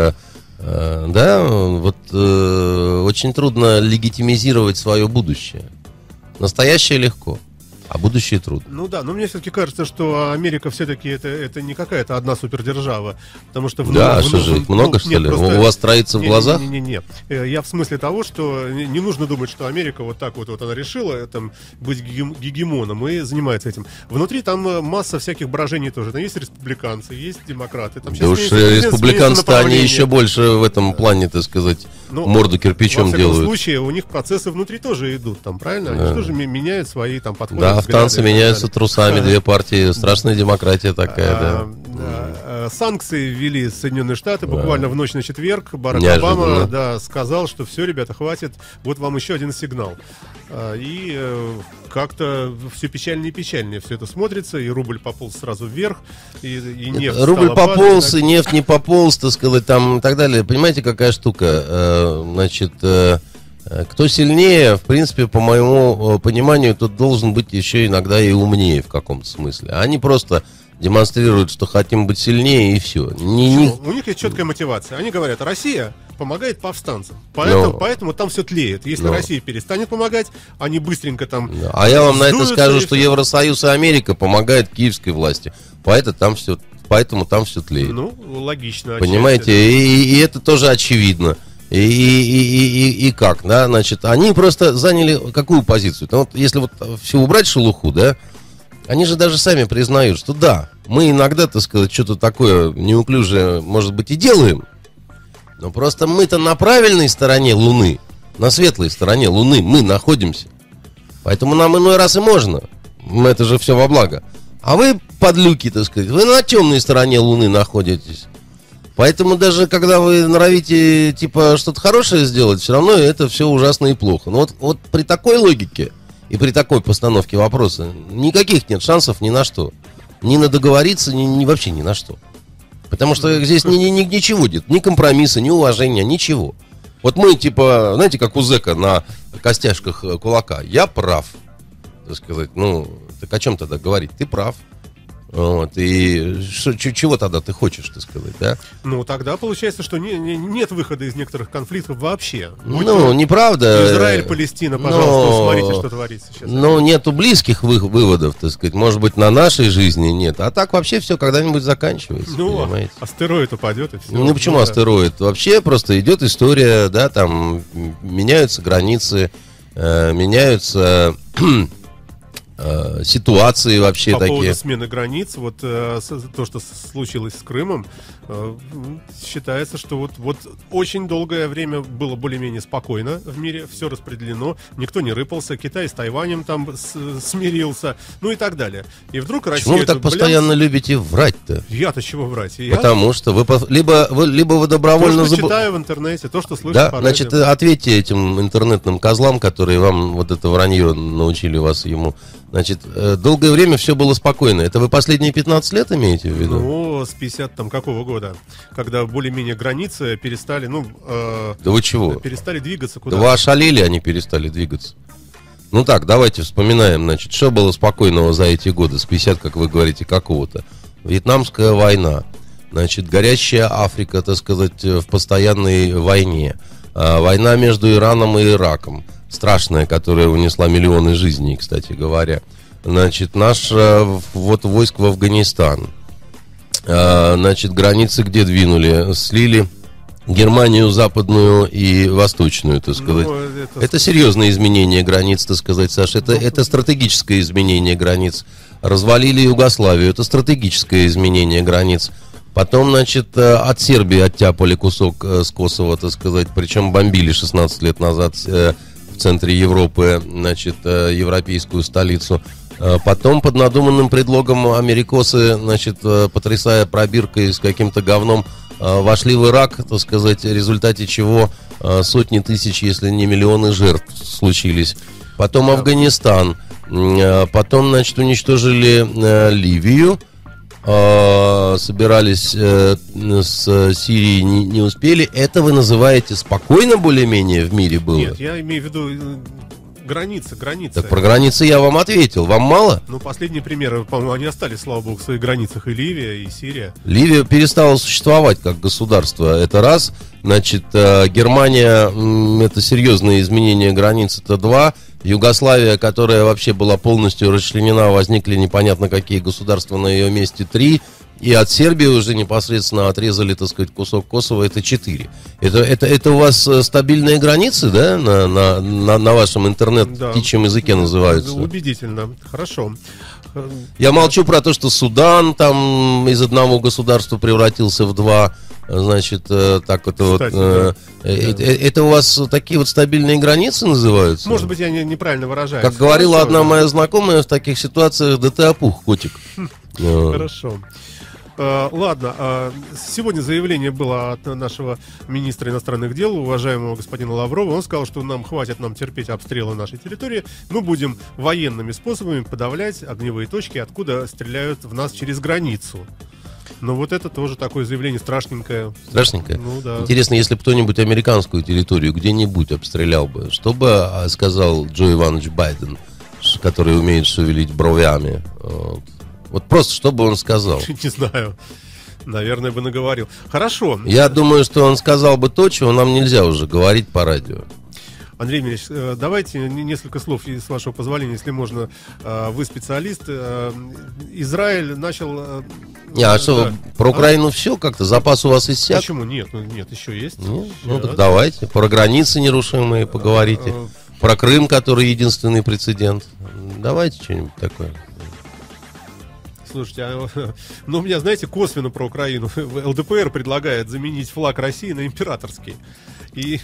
да, вот очень трудно легитимизировать свое будущее. Настоящее легко, а будущее трудно. Ну да, но мне все-таки кажется, что Америка все-таки это не какая-то одна супердержава, потому что... Да, что же, их много, что ли? У вас троится в глазах? Не. Я в смысле того, что не нужно думать, что Америка вот так вот она решила там быть гегемоном и занимается этим. Внутри там масса всяких брожений тоже. Там есть республиканцы, есть демократы. Там да уж республиканцы-то они еще больше в этом плане, так сказать, морду кирпичом делают. В любом случае, у них процессы внутри тоже идут, там, правильно? Они тоже меняют свои там подходы. Да, в танце меняются трусами две партии. Страшная демократия такая, да. Санкции ввели Соединенные Штаты буквально в ночь на четверг. Барак Обама сказал, что все, ребята, хватит. Вот вам еще один сигнал. И как-то все печальнее и печальнее все это смотрится. И рубль пополз сразу вверх, и нефть рубль пополз, и нефть не пополз, так сказать, там и так далее. Понимаете, какая штука? Значит... Кто сильнее, в принципе, по моему пониманию, тот должен быть еще иногда и умнее в каком-то смысле. Они просто демонстрируют, что хотим быть сильнее, и все. У них есть четкая мотивация. Они говорят, Россия помогает повстанцам. Поэтому там все тлеет. Если Россия перестанет помогать, они быстренько там... А я вам на это скажу, что Евросоюз и Америка помогают киевской власти. Поэтому там все тлеет. Ну, логично. Понимаете, и это тоже очевидно. И как, да, значит, они просто заняли какую позицию? Ну, вот, если вот все убрать шелуху, да, они же даже сами признают, что да, мы иногда, так сказать, что-то такое неуклюжее, может быть, и делаем, но просто мы-то на правильной стороне Луны, на светлой стороне Луны мы находимся, поэтому нам иной раз и можно, это же все во благо. А вы, подлюки, так сказать, вы на темной стороне Луны находитесь. Поэтому даже когда вы норовите, типа, что-то хорошее сделать, все равно это все ужасно и плохо. Но вот при такой логике и при такой постановке вопроса никаких нет шансов ни на что. Ни на договориться, вообще ни на что. Потому что здесь ничего нет. Ни компромисса, ни уважения, ничего. Вот мы, типа, знаете, как у зэка на костяшках кулака. Я прав. Так сказать, так о чем тогда говорить? Ты прав. Вот, и чего тогда ты хочешь, так сказать, да? Ну, тогда получается, что нет выхода из некоторых конфликтов вообще. Неправда. Израиль, Палестина, пожалуйста, смотрите, что творится сейчас. Нету близких выводов, так сказать. Может быть, на нашей жизни нет. А так вообще все когда-нибудь заканчивается, понимаете? Астероид упадет и все. Почему астероид? Вообще просто идет история, да, там меняются границы, меняются... ситуации вообще по такие. По поводу смены границ, вот то, что случилось с Крымом, считается, что вот очень долгое время было более-менее спокойно в мире, все распределено, никто не рыпался, Китай с Тайванем там смирился, ну и так далее. И вдруг Россия... Почему вы так постоянно любите врать-то? Я-то чего врать? Потому что вы либо вы добровольно... То, что читаю в интернете, то, что слышу по радио. Значит, ответьте этим интернетным козлам, которые вам вот это вранье научили вас ему Значит, долгое время все было спокойно. Это вы последние 15 лет имеете в виду? Ну, с 50 там какого года, когда более-менее границы перестали, Да вы чего? перестали двигаться Да куда-то. вы ошалели, они перестали двигаться. Ну так, давайте вспоминаем, значит, что было спокойного за эти годы, с 50, как вы говорите, какого-то. Вьетнамская война, значит, горящая Африка, так сказать, в постоянной войне. Война между Ираном и Ираком, страшная, которая унесла миллионы жизней, кстати говоря. Значит, наш вот войск в Афганистан. Значит, границы где двинули? Слили Германию западную и восточную, так сказать. Это серьезное изменение границ, так сказать, Саша. Это стратегическое изменение границ. Развалили Югославию. Это стратегическое изменение границ. Потом, значит, от Сербии оттяпали кусок с Косово, так сказать. Причем бомбили 16 лет назад в центре Европы, значит, европейскую столицу. Потом под надуманным предлогом америкосы, значит, потрясая пробиркой с каким-то говном, вошли в Ирак, так сказать, в результате чего сотни тысяч, если не миллионы жертв случились. Потом Афганистан. Потом, значит, уничтожили Ливию. Собирались с Сирией, не успели. Это вы называете спокойно более-менее в мире было? Нет, я имею в виду границы. Так про границы я вам ответил. Вам мало? Ну, последние примеры, по-моему, они остались, слава богу, в своих границах. И Ливия, и Сирия. Ливия перестала существовать как государство. Это раз. Значит, Германия, это серьезные изменения границ, это два. Югославия, которая вообще была полностью расчленена, возникли непонятно какие государства на ее месте, 3. И от Сербии уже непосредственно отрезали, так сказать, кусок Косово, это 4. Это у вас стабильные границы, да, на вашем интернет-птичьем языке называются? Убедительно. Хорошо. Я молчу про то, что Судан там из одного государства превратился в 2. Значит, так вот, кстати, вот это у вас такие вот стабильные границы называются? Может быть, я неправильно выражаюсь. Как говорила одна моя знакомая, в таких ситуациях, да ты опух, котик. Хорошо. Ладно, сегодня заявление было от нашего министра иностранных дел, уважаемого господина Лаврова. Он сказал, что нам хватит терпеть обстрелы нашей территории. Мы будем военными способами подавлять огневые точки, откуда стреляют в нас через границу. Но вот это тоже такое заявление страшненькое. Страшненькое? Ну, да. Интересно, если бы кто-нибудь американскую территорию где-нибудь обстрелял бы, что бы сказал Джо Иванович Байден, который умеет шевелить бровями? Вот просто, что бы он сказал? Не знаю. Наверное, бы наговорил. Хорошо. Я думаю, что он сказал бы то, чего нам нельзя уже говорить по радио. Андрей Емельевич, давайте несколько слов, с вашего позволения, если можно. Вы специалист. Израиль начал... что, про Украину все как-то? Запас у вас иссяк? Почему? Нет, еще есть. Ну так давайте. Про границы нерушимые поговорите. Про Крым, который единственный прецедент. Давайте что-нибудь такое. Слушайте, у меня, знаете, косвенно про Украину. ЛДПР предлагает заменить флаг России на императорский. И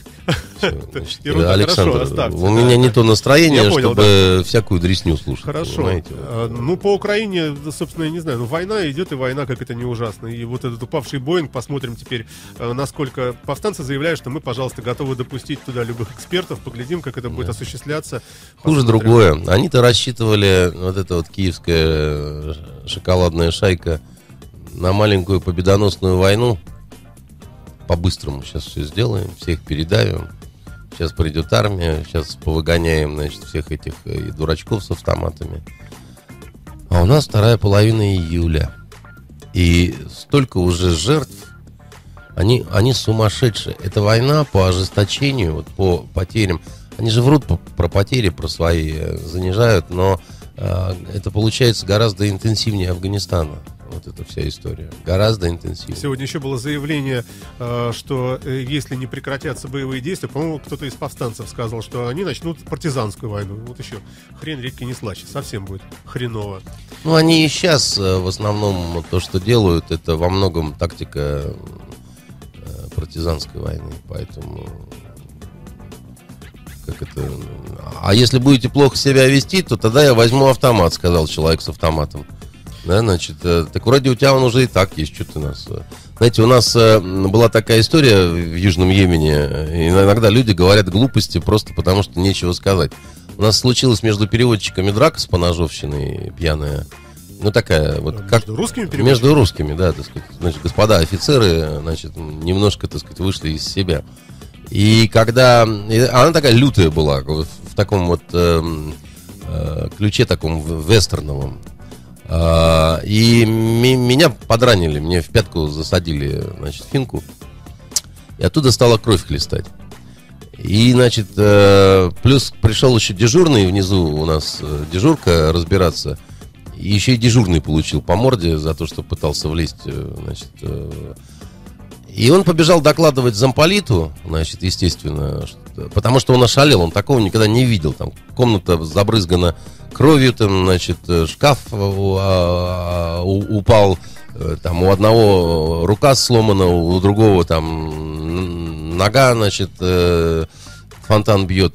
Александр, у меня не то настроение, чтобы всякую дресню слушать. Хорошо. По Украине, собственно, я не знаю. Война идет, и война, как это не ужасно. И вот этот упавший Боинг, посмотрим теперь, насколько повстанцы заявляют, что мы, пожалуйста, готовы допустить туда любых экспертов. Поглядим, как это будет осуществляться. Хуже другое. Они-то рассчитывали, вот эта вот киевская шоколадная шайка, на маленькую победоносную войну. По-быстрому сейчас все сделаем, всех передавим. Сейчас придет армия, сейчас повыгоняем, значит, всех этих дурачков с автоматами. А у нас вторая половина июля. И столько уже жертв. Они сумасшедшие. Это война по ожесточению, вот по потерям. Они же врут про потери, про свои занижают, но это получается гораздо интенсивнее Афганистана. Вот эта вся история. Гораздо интенсивнее. Сегодня еще было заявление, что если не прекратятся боевые действия, по-моему, кто-то из повстанцев сказал, что они начнут партизанскую войну. Вот еще хрен редкий не слаще. Совсем будет хреново. Они и сейчас в основном то, что делают, это во многом тактика партизанской войны. Поэтому... А если будете плохо себя вести, то тогда я возьму автомат, сказал человек с автоматом. Да, значит, так вроде у тебя он уже и так есть, что ты нас... Знаете, у нас была такая история в Южном Йемене, иногда люди говорят глупости просто потому, что нечего сказать. У нас случилась между переводчиками драка с поножовщиной пьяная. Ну, такая вот. Между русскими переводчиками? Между русскими, да, так сказать. Значит, господа офицеры, значит, немножко, так сказать, вышли из себя. И когда... Она такая лютая была, в таком вот ключе таком вестерновом. И меня подранили, мне в пятку засадили, значит, финку. И оттуда стала кровь хлестать. И, значит, плюс пришел еще дежурный, внизу у нас дежурка разбираться. И еще и дежурный получил по морде за то, что пытался влезть, значит. И он побежал докладывать замполиту, значит, естественно, потому что он ошалел, он такого никогда не видел. Там комната забрызгана кровью, там, значит, шкаф упал, там у одного рука сломана, у другого там нога, значит, фонтан бьет.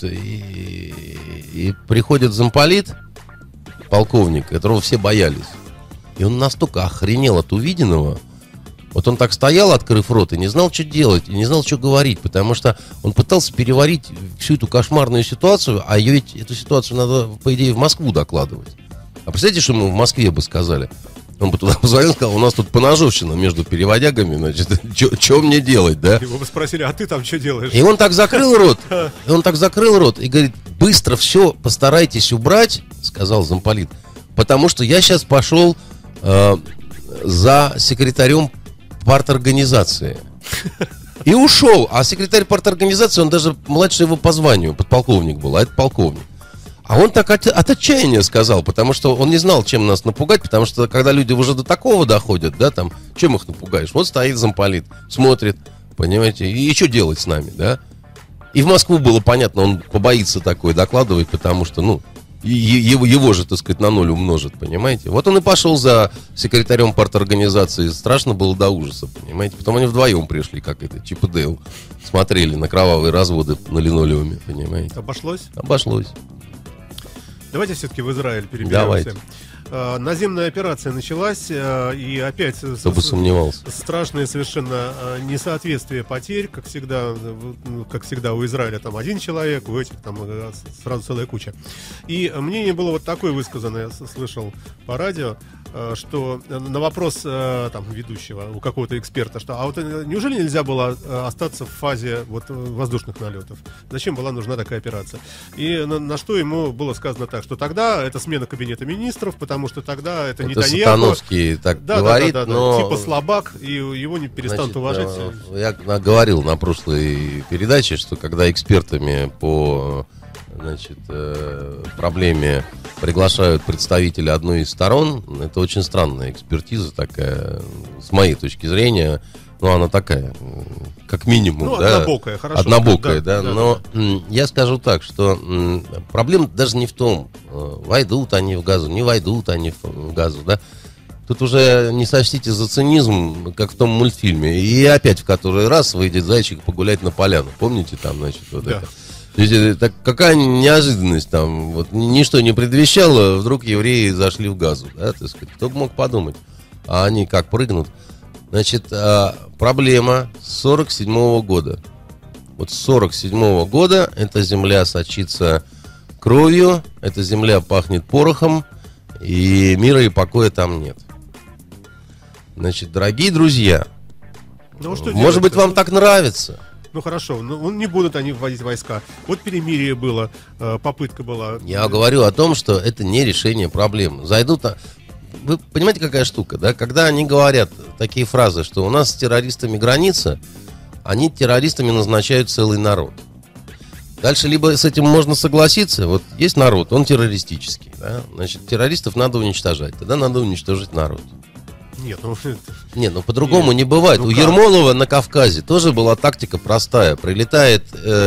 И приходит замполит, полковник, которого все боялись. И он настолько охренел от увиденного. Вот он так стоял, открыв рот, и не знал, что делать, и не знал, что говорить, потому что он пытался переварить всю эту кошмарную ситуацию, а ее ведь, эту ситуацию надо, по идее, в Москву докладывать. А представляете, что ему в Москве бы сказали? Он бы туда позвонил и сказал, у нас тут поножовщина между переводягами, значит, что мне делать, да? Его бы спросили, а ты там что делаешь? И он так закрыл рот, и говорит, быстро все постарайтесь убрать, сказал замполит, потому что я сейчас пошел за секретарем парторганизации. И ушел. А секретарь парторганизации, он даже младше его по званию, подполковник был, а это полковник. А он так от отчаяния сказал, потому что он не знал, чем нас напугать, потому что когда люди уже до такого доходят, да, там, чем их напугаешь? Вот стоит замполит, смотрит, понимаете, и что делать с нами, да? И в Москву было понятно, он побоится такое докладывать, потому что, ну, его же, так сказать, на ноль умножит, понимаете? Вот он и пошел за секретарем парторганизации. Страшно было до ужаса, понимаете? Потом они вдвоем пришли, как это, Чип и Дейл. Смотрели на кровавые разводы на линолеуме, понимаете? Обошлось? Обошлось. Давайте все-таки в Израиль переберемся. Давайте. Наземная операция началась, и опять Кто бы сомневался. Страшное совершенно несоответствие потерь, как всегда у Израиля там один человек, у этих там сразу целая куча. И мнение было вот такое высказано, я слышал по радио, что на вопрос там ведущего, у какого-то эксперта, что а вот неужели нельзя было остаться в фазе вот воздушных налетов? Зачем была нужна такая операция? И на что ему было сказано так, что тогда это смена кабинета министров, потому что тогда это Нетаньяху. Сатановский так говорит, но... Типа слабак, и его не перестанут уважать. Я говорил на прошлой передаче, что когда экспертами по, значит, проблеме приглашают представителя одной из сторон, это очень странная экспертиза такая, с моей точки зрения. Ну, она такая, как минимум, ну, да. Однобокая, хорошо. Однобокая, да. Но я скажу так, что проблема даже не в том, войдут они в Газу, не войдут они в Газу, да. Тут уже не сочтите за цинизм, как в том мультфильме. И опять в который раз выйдет зайчик погулять на поляну. Помните там, значит, вот да. Это? То есть, это какая неожиданность там, вот ничто не предвещало, вдруг евреи зашли в Газу, да, так сказать. Кто бы мог подумать, а они как прыгнут. Значит, проблема с 47-го года. Вот с 47-го года эта земля сочится кровью, эта земля пахнет порохом, и мира и покоя там нет. Значит, дорогие друзья, может быть, вам так нравится. Ну хорошо, ну не будут они вводить войска. Вот перемирие было, попытка была. Я говорю о том, что это не решение проблем. Зайдут... Вы понимаете, какая штука, да? Когда они говорят такие фразы, что у нас с террористами граница, они террористами назначают целый народ. Дальше либо с этим можно согласиться, вот есть народ, он террористический, да? Значит, террористов надо уничтожать, тогда надо уничтожить народ. Нет, ну по-другому не бывает. У Ермолова на Кавказе тоже была тактика простая. Прилетает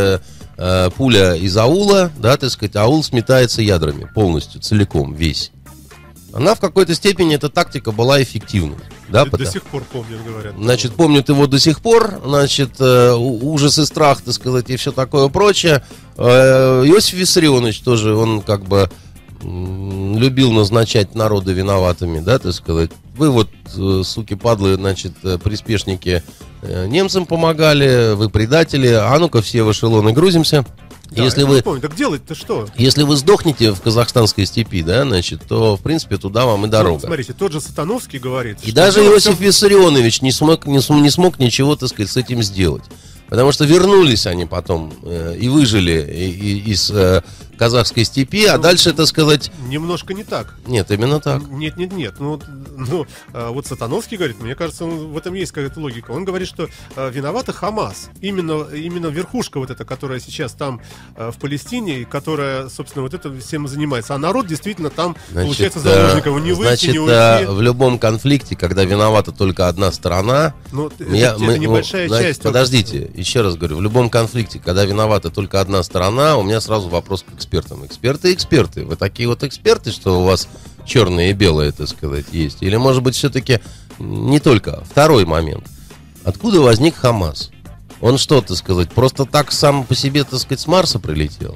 пуля из аула, да, так сказать, аул сметается ядрами полностью, целиком, весь. Она в какой-то степени, эта тактика была эффективной. Да, до сих пор помнят, говорят. Значит, помнят его до сих пор. Значит, ужас и страх, так сказать, и все такое прочее. Иосиф Виссарионович тоже, он как бы любил назначать народы виноватыми, да, так сказать. Вы вот, суки, падлы, значит, приспешники, немцам помогали, вы предатели, а ну-ка все в эшелоны грузимся. Да, Если вы, так делать-то что? если вы сдохнете в казахстанской степи, да, значит, то, в принципе, туда вам и дорога. Смотрите, тот же Сатановский говорит... И даже Иосиф Виссарионович не смог ничего, так сказать, с этим сделать. Потому что вернулись они потом и выжили из казахской степи, а дальше, так сказать... Немножко не так. Нет, именно так. Нет. Вот Сатановский говорит, мне кажется, в этом есть какая-то логика. Он говорит, что виновата Хамас. Именно верхушка вот эта, которая сейчас там в Палестине, и которая, собственно, вот это всем занимается. А народ действительно там, получается, заложником. Не выйти, не уйти. В любом конфликте, когда виновата только одна сторона... это небольшая часть. Подождите, еще раз говорю, в любом конфликте, когда виновата только одна сторона, у меня сразу вопрос к экспертам. Эксперты. Вы такие вот эксперты, что у вас черное и белое, так сказать, есть? Или, может быть, все-таки не только? Второй момент. Откуда возник Хамас? Он что, так сказать, просто так сам по себе, так сказать, с Марса прилетел?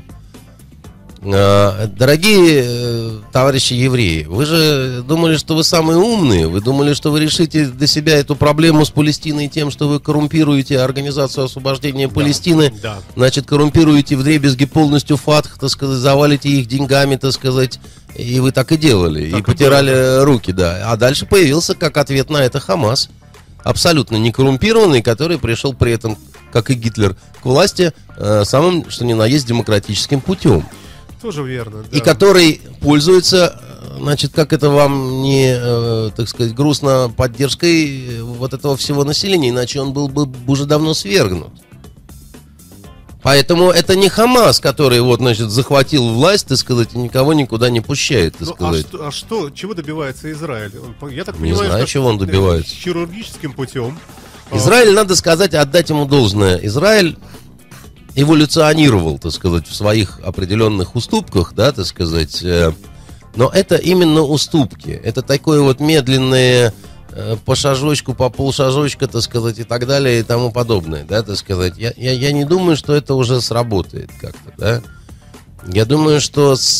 Дорогие товарищи евреи, вы же думали, что вы самые умные, вы думали, что вы решите для себя эту проблему с Палестиной тем, что вы коррумпируете Организацию освобождения Палестины, значит, коррумпируете вдребезги полностью ФАТХ, так сказать, завалите их деньгами, так сказать, и вы так и делали, так и потирали руки, да. А дальше появился, как ответ на это, Хамас, абсолютно не коррумпированный, который пришел при этом, как и Гитлер, к власти самым, что ни на есть, демократическим путем. Тоже верно, да. И который пользуется, значит, как это вам не, так сказать, грустно, поддержкой вот этого всего населения, иначе он был бы уже давно свергнут. Поэтому это не Хамас, который вот, значит, захватил власть, так сказать, и никого никуда не пущает, так сказать. Чего добивается Израиль? Я так не понимаю, знаю, чего он добивается. Хирургическим путем. Израиль, надо сказать, отдать ему должное. Израиль эволюционировал, так сказать, в своих определенных уступках, да, так сказать, но это именно уступки, это такое вот медленное по шажочку, по полшажочка, так сказать, и так далее, и тому подобное, да, так сказать. Я не думаю, что это уже сработает как-то, да. Я думаю, что с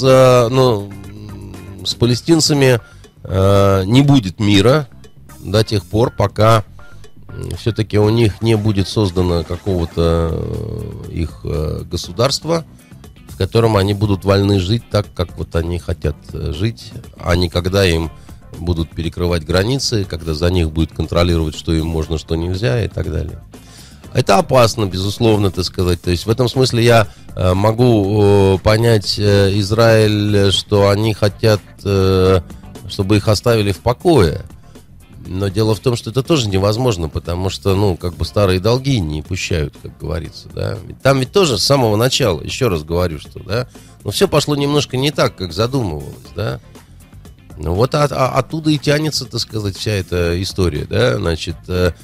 палестинцами не будет мира до тех пор, пока все-таки у них не будет создано какого-то их государства, в котором они будут вольны жить так, как вот они хотят жить, а не когда им будут перекрывать границы, когда за них будет контролировать, что им можно, что нельзя и так далее. Это опасно, безусловно, так сказать. То есть в этом смысле я могу понять Израиль, что они хотят, чтобы их оставили в покое. Но дело в том, что это тоже невозможно, потому что, как бы старые долги не пущают, как говорится, да. Там ведь тоже с самого начала, еще раз говорю, что, да, все пошло немножко не так, как задумывалось, да. Вот оттуда и тянется, так сказать, вся эта история, да, значит,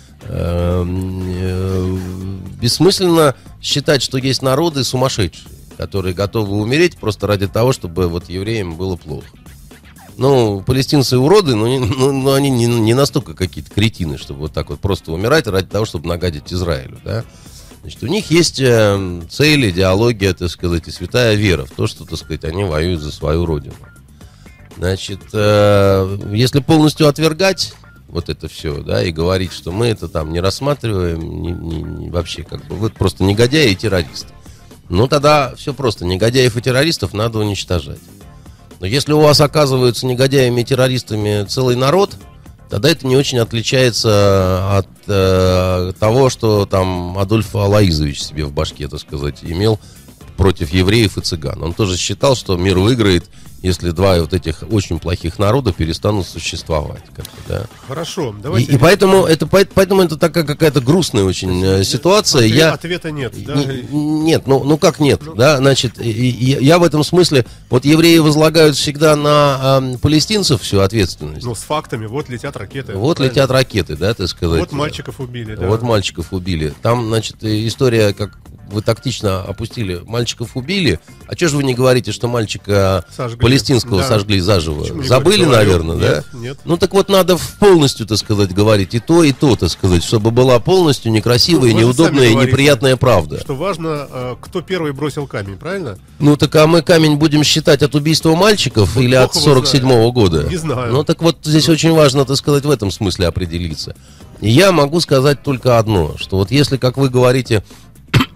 бессмысленно считать, что есть народы сумасшедшие, которые готовы умереть просто ради того, чтобы вот евреям было плохо. Палестинцы уроды, но они не настолько какие-то кретины, чтобы вот так вот просто умирать ради того, чтобы нагадить Израилю, да. Значит, у них есть цель, идеология, так сказать, и святая вера в то, что, так сказать, они воюют за свою родину. Значит, если полностью отвергать вот это все, да, и говорить, что мы это там не рассматриваем, вообще как бы, вот просто негодяи и террористы. Тогда все просто, негодяев и террористов надо уничтожать. Но если у вас оказываются негодяями и террористами целый народ, тогда это не очень отличается от того, что там Адольф Алаизович себе в башке, так сказать, имел против евреев и цыган. Он тоже считал, что мир выиграет, если два вот этих очень плохих народа перестанут существовать. Да. Хорошо, давайте. И поэтому это такая какая-то грустная очень ситуация. Ответа нет, да? Нет, как нет, да, значит, я в этом смысле, вот евреи возлагают всегда на палестинцев всю ответственность. С фактами, вот летят ракеты. Вот правильно? Летят ракеты, да, так сказать. Вот мальчиков убили, да. Вот мальчиков убили. Там, значит, история, как вы тактично опустили, мальчиков убили. А что же вы не говорите, что мальчика палестинского сожгли заживо? Забыли, наверное, да? Нет. Так вот, надо полностью, так сказать, говорить и то, так сказать, чтобы была полностью некрасивая, неудобная и неприятная правда. Что важно, кто первый бросил камень, правильно? А мы камень будем считать от убийства мальчиков или от 47-го года? Не знаю. Так вот, здесь очень важно, так сказать, в этом смысле определиться. И я могу сказать только одно, что вот если, как вы говорите,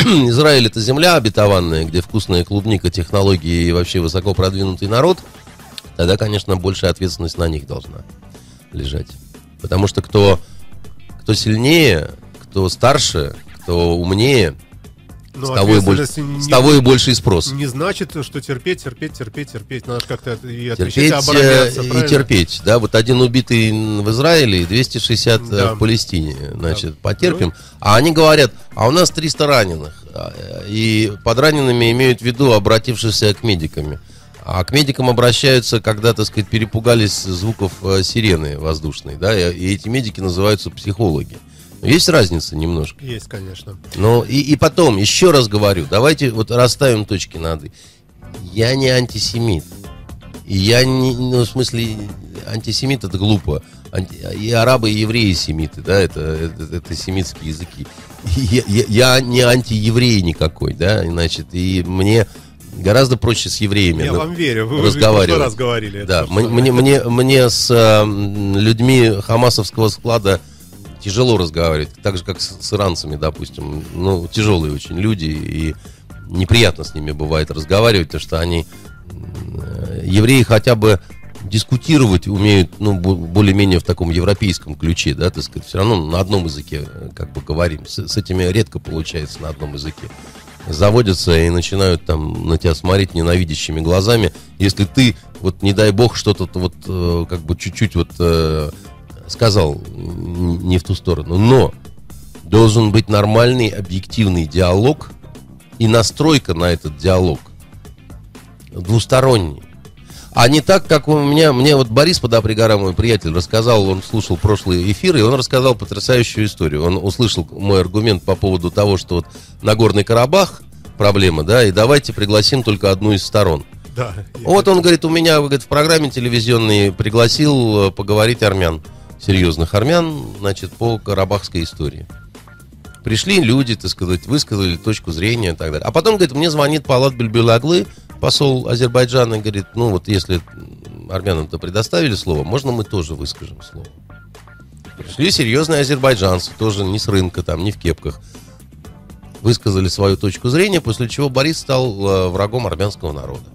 Израиль — это земля обетованная, где вкусная клубника, технологии и вообще высоко продвинутый народ, тогда, конечно, большая ответственность на них должна лежать. Потому что кто сильнее, кто старше, кто умнее, с того и больше и спрос. Не значит, что терпеть. Надо как-то и отвечать, терпеть, обороняться. И терпеть. Да, вот один убитый в Израиле и 260 в Палестине. Значит, потерпим. А они говорят, а у нас 300 раненых. И под ранеными имеют в виду обратившихся к медикам. А к медикам обращаются, когда, так сказать, перепугались звуков сирены воздушной. Да, и эти медики называются психологи. Есть разница немножко? Есть, конечно. Но и потом, еще раз говорю, давайте вот расставим точки над «и». Я не антисемит. И я не, в смысле, антисемит — это глупо. И арабы, и евреи семиты, да, это семитские языки. Я не антиеврей никакой, да, значит, и мне гораздо проще с евреями я вам верю, вы разговаривать. Уже в прошлый раз говорили. Да, мне с людьми хамасовского склада тяжело разговаривать, так же, как с иранцами, допустим. Ну, тяжелые очень люди, и неприятно с ними бывает разговаривать, потому что они, евреи, хотя бы дискутировать умеют, ну, более-менее в таком европейском ключе, да, так сказать, все равно на одном языке, как бы, говорим. С этими редко получается на одном языке. Заводятся и начинают там на тебя смотреть ненавидящими глазами, если ты, вот, не дай бог, что-то вот, как бы, чуть-чуть вот сказал не в ту сторону. Но должен быть нормальный, объективный диалог и настройка на этот диалог двусторонний. А не так, как мне вот Борис Подопригора, мой приятель, рассказал, он слушал прошлые эфиры, и он рассказал потрясающую историю. Он услышал мой аргумент по поводу того, что вот Нагорный Карабах проблема, да, и давайте пригласим только одну из сторон. Да, вот он говорит, у меня, говорит, в программе телевизионной пригласил поговорить армян. Серьезных армян, значит, по карабахской истории. Пришли люди, так сказать, высказали точку зрения и так далее. А потом, говорит, мне звонит Палат Бельбелаглы, посол Азербайджана, и говорит, ну вот если армянам-то предоставили слово, можно мы тоже выскажем слово. Пришли серьезные азербайджанцы, тоже не с рынка, там, не в кепках. Высказали свою точку зрения, после чего Борис стал врагом армянского народа.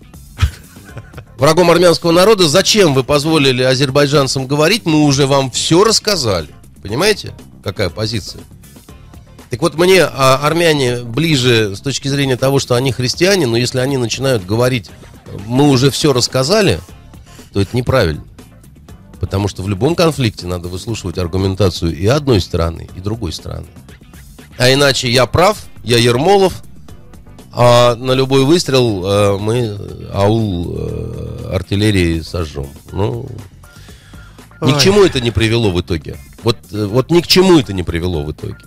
Врагом армянского народа, зачем вы позволили азербайджанцам говорить, мы уже вам все рассказали. Понимаете, какая позиция? Так вот, мне армяне ближе с точки зрения того, что они христиане, но если они начинают говорить, мы уже все рассказали, то это неправильно. Потому что в любом конфликте надо выслушивать аргументацию и одной стороны, и другой стороны. А иначе я прав, я Ермолов, а на любой выстрел мы аул артиллерии сожжем. Ну, ни к чему это не привело в итоге. Вот ни к чему это не привело в итоге.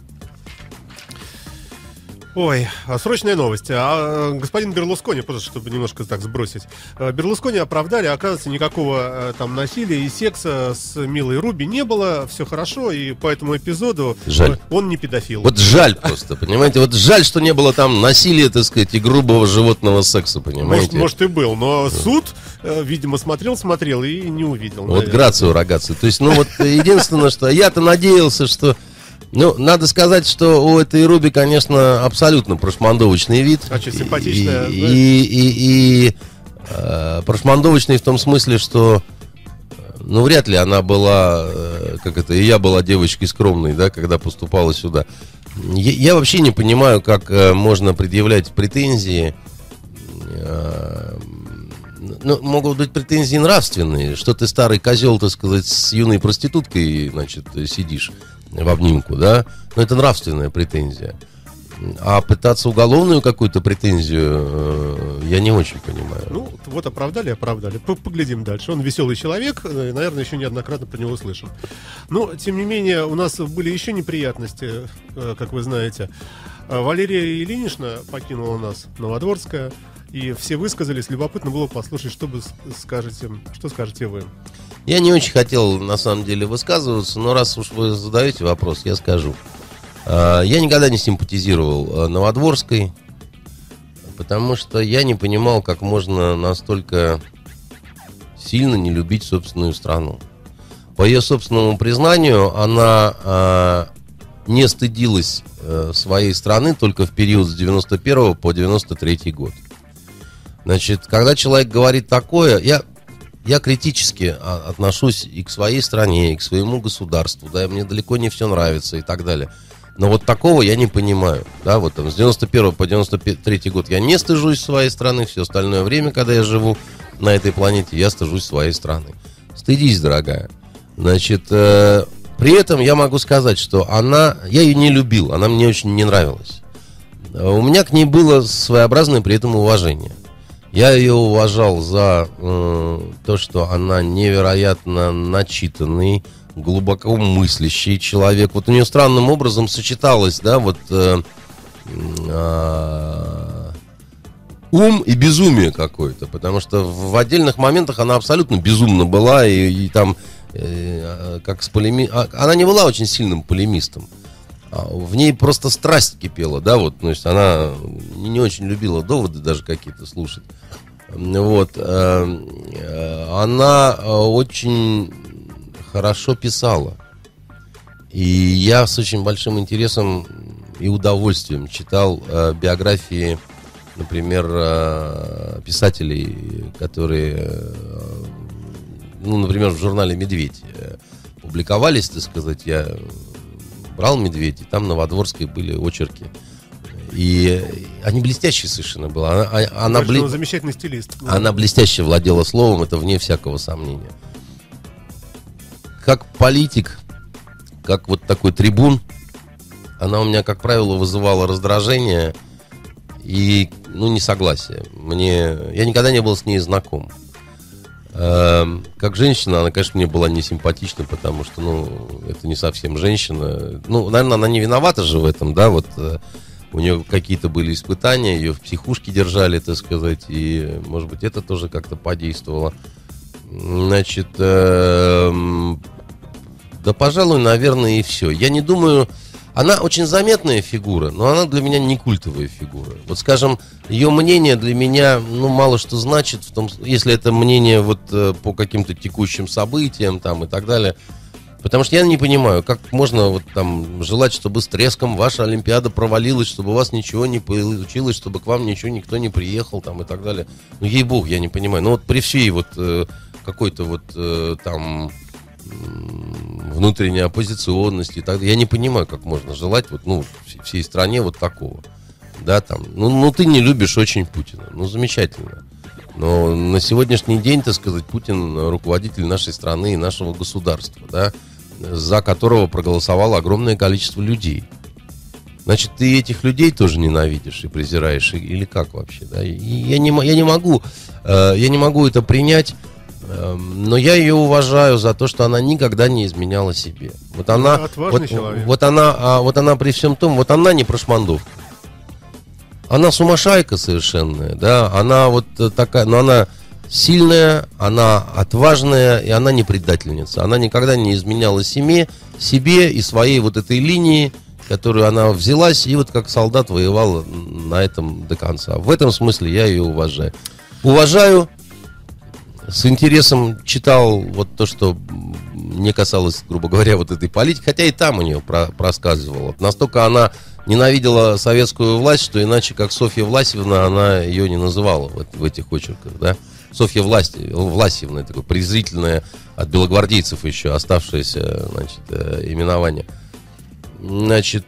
Ой, срочная новость. Господин Берлускони, просто чтобы немножко так сбросить. Берлускони оправдали, оказывается, никакого там насилия и секса с Милой Руби не было, все хорошо, и по этому эпизоду жаль. Он не педофил. Вот жаль просто, понимаете? Вот жаль, что не было там насилия, так сказать, и грубого животного секса, понимаете? Может и был, но суд, видимо, смотрел и не увидел. Вот грацию рогацию. То есть, ну вот единственное, что я-то надеялся, что... Ну, надо сказать, что у этой Руби, конечно, абсолютно прошмандовочный вид. Очень симпатичная. И прошмандовочный в том смысле, что, ну, вряд ли она была, и я была девочкой скромной, да, когда поступала сюда. Я вообще не понимаю, как можно предъявлять претензии. Ну, могут быть претензии нравственные, что ты старый козел, так сказать, с юной проституткой, значит, сидишь в обнимку, да, но это нравственная претензия. А пытаться уголовную какую-то претензию я не очень понимаю. Ну, вот оправдали. Поглядим дальше. Он веселый человек, наверное, еще неоднократно про него слышим. Но, тем не менее, у нас были еще неприятности, как вы знаете. Валерия Ильинична покинула нас, Новодворская, и все высказались. Любопытно было послушать, что скажете вы. Я не очень хотел, на самом деле, высказываться, но раз уж вы задаете вопрос, я скажу. Я никогда не симпатизировал Новодворской, потому что я не понимал, как можно настолько сильно не любить собственную страну. По ее собственному признанию, она не стыдилась своей страны только в период с 91 по 93 год. Значит, когда человек говорит такое, я критически отношусь и к своей стране, и к своему государству, да, и мне далеко не все нравится и так далее. Но вот такого я не понимаю, да, вот там с 91 по 93 год я не стыжусь своей страны, все остальное время, когда я живу на этой планете, я стыжусь своей страны. Стыдись, дорогая. Значит, при этом я могу сказать, что я ее не любил, она мне очень не нравилась. У меня к ней было своеобразное при этом уважение. Я ее уважал за то, что она невероятно начитанный, глубоко мыслящий человек. Вот у нее странным образом сочеталось, да, вот ум и безумие какое-то, потому что в отдельных моментах она абсолютно безумна была, и там как с она не была очень сильным полемистом. В ней просто страсть кипела, да, вот, то есть она не очень любила доводы даже какие-то слушать. Вот, она очень хорошо писала. И я с очень большим интересом и удовольствием читал биографии, например, писателей, которые, ну, например, в журнале «Медведь» публиковались, так сказать, я брал «Медведь», и там на Новодворской были очерки. И они блестящие совершенно были. Она замечательный стилист. Она блестяще владела словом, это вне всякого сомнения. Как политик, как вот такой трибун, она у меня, как правило, вызывала раздражение и, ну, несогласие. Я никогда не был с ней знаком. Как женщина, она, конечно, мне была не симпатична, потому что, ну, это не совсем женщина. Ну, наверное, она не виновата же в этом, да, вот у нее какие-то были испытания, ее в психушке держали, так сказать, и, может быть, это тоже как-то подействовало. Значит, да, пожалуй, наверное, и все. Я не думаю... Она очень заметная фигура, но она для меня не культовая фигура. Вот, скажем, ее мнение для меня, ну, мало что значит, если это мнение вот по каким-то текущим событиям там и так далее. Потому что я не понимаю, как можно вот там желать, чтобы с треском ваша Олимпиада провалилась, чтобы у вас ничего не получилось, чтобы к вам ничего никто не приехал там и так далее. Ну, ей-богу, я не понимаю. Ну, вот при всей вот какой-то вот там внутренней оппозиционности и так далее, я не понимаю, как можно желать вот, ну, всей стране вот такого. Да, там, ну, ты не любишь очень Путина. Ну, замечательно. Но на сегодняшний день, так сказать, Путин руководитель нашей страны и нашего государства, да, за которого проголосовало огромное количество людей. Значит, ты этих людей тоже ненавидишь и презираешь, или как вообще, да? И я не могу это принять, но я ее уважаю за то, что она никогда не изменяла себе. Вот она, отважный человек. Вот она при всем том, вот она не прошмандовка. Она сумасшайка совершенная, да, она вот такая, но она сильная, она отважная, и она не предательница. Она никогда не изменяла себе и своей вот этой линии, которую она взялась, и вот как солдат воевала на этом до конца. В этом смысле я ее уважаю. Уважаю, с интересом читал вот то, что не касалось, грубо говоря, вот этой политики, хотя и там у нее проскальзывало. Настолько она ненавидела советскую власть, что иначе как Софья Власьевна она ее не называла в этих очерках, да. Софья Власьевна, такое презрительное от белогвардейцев еще оставшееся, значит, именование. Значит,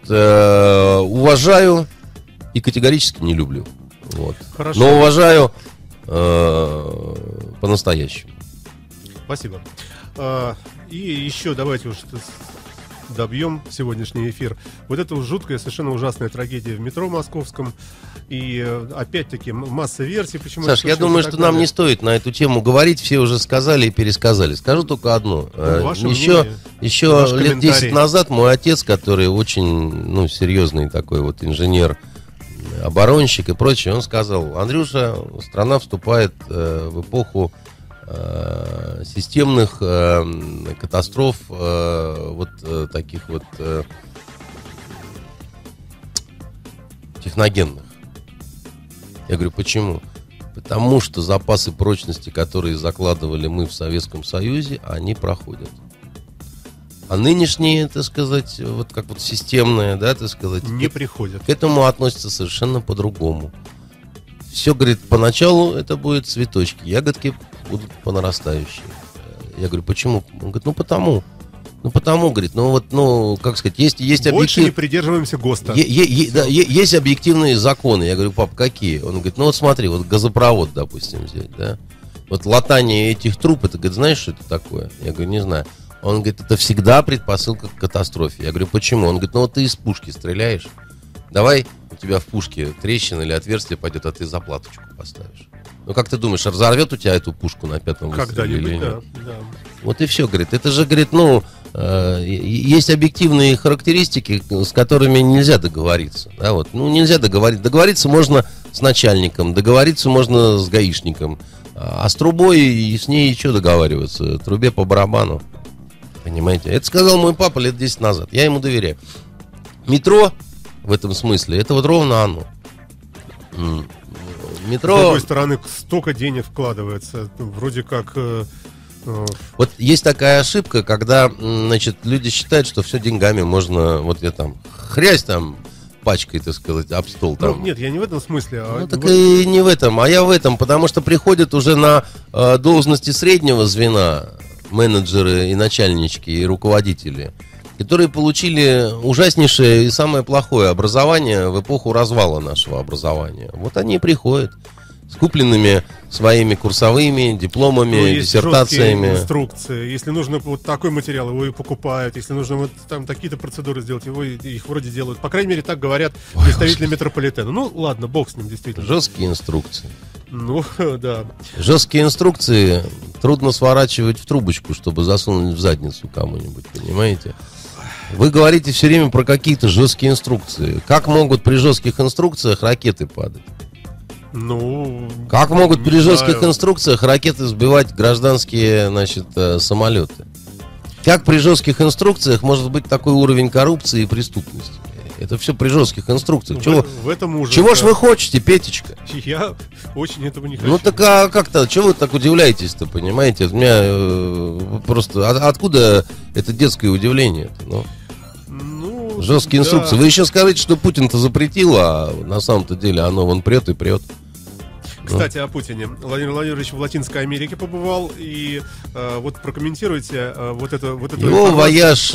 уважаю и категорически не люблю. Вот. Хорошо. Но уважаю по-настоящему. Спасибо. И еще давайте уж добьем сегодняшний эфир. Вот это жуткая, совершенно ужасная трагедия в метро московском. И опять-таки масса версий, почему. Саш, я думаю, что нам не стоит на эту тему говорить. Все уже сказали и пересказали. Скажу только одно. Еще лет 10 назад мой отец, который очень серьезный такой вот инженер, оборонщик и прочее, он сказал: Андрюша, страна вступает в эпоху системных катастроф, вот таких вот техногенных. Я говорю, почему? Потому что запасы прочности, которые закладывали мы в Советском Союзе, они проходят. А нынешние, так сказать, вот как вот системные, да, так сказать, Не приходят. к этому относятся совершенно по-другому. Все, говорит, поначалу это будут цветочки, ягодки будут по нарастающей. Я говорю, почему? Он говорит, потому, говорит, как сказать, есть Больше не объектив... придерживаемся ГОСТа. Да, есть объективные законы. Я говорю, пап, какие? Он говорит, вот смотри, вот газопровод, допустим, взять, да. Вот латание этих труб, это, говорит, знаешь, что это такое? Я говорю, не знаю. Он говорит, это всегда предпосылка к катастрофе. Я говорю, почему? Он говорит, вот ты из пушки стреляешь, давай у тебя в пушке трещина или отверстие пойдет, а ты заплаточку поставишь. Как ты думаешь, разорвет у тебя эту пушку на 5-м выстреле или нет? Да. Вот и все, говорит. Это же, говорит, есть объективные характеристики, с которыми нельзя договориться. Да, вот. Нельзя договориться. Договориться можно с начальником, договориться можно с гаишником. А с трубой и с ней что договариваться? Трубе по барабану. Понимаете? Это сказал мой папа лет 10 назад. Я ему доверяю. Метро в этом смысле, это вот ровно оно. Метро... С другой стороны, столько денег вкладывается. Вроде как... Вот есть такая ошибка, когда, значит, люди считают, что все деньгами можно, вот я там, хрясь там пачкой, так сказать, об стол там. Нет, я не в этом смысле. Так и не в этом, а я в этом, потому что приходят уже на должности среднего звена менеджеры и начальнички, и руководители, которые получили ужаснейшее и самое плохое образование в эпоху развала нашего образования. Вот они и приходят с купленными своими курсовыми, дипломами, диссертациями. Есть инструкции. Если нужно вот такой материал, его и покупают. Если нужно вот там такие-то процедуры сделать, их вроде делают. По крайней мере, так говорят представители метрополитена. Ладно, бог с ним, действительно. Жесткие инструкции. Да. Жесткие инструкции трудно сворачивать в трубочку, чтобы засунуть в задницу кому-нибудь, понимаете? Вы говорите все время про какие-то жесткие инструкции. Как могут при жестких инструкциях ракеты падать? Как могут при жестких инструкциях ракеты сбивать гражданские, значит, самолеты? Как при жестких инструкциях может быть такой уровень коррупции и преступности? Это все при жестких инструкциях. Чего ж вы хотите, Петечка? Я очень этого не хочу. А как-то, чего вы так удивляетесь-то, понимаете? У меня просто... Откуда это детское удивление-то? Жесткие инструкции. Вы еще скажите, что Путин-то запретил, а на самом-то деле оно вон прет и прет. Кстати, о Путине. Владимир Владимирович в Латинской Америке побывал. И вот прокомментируйте вот это. Его вояж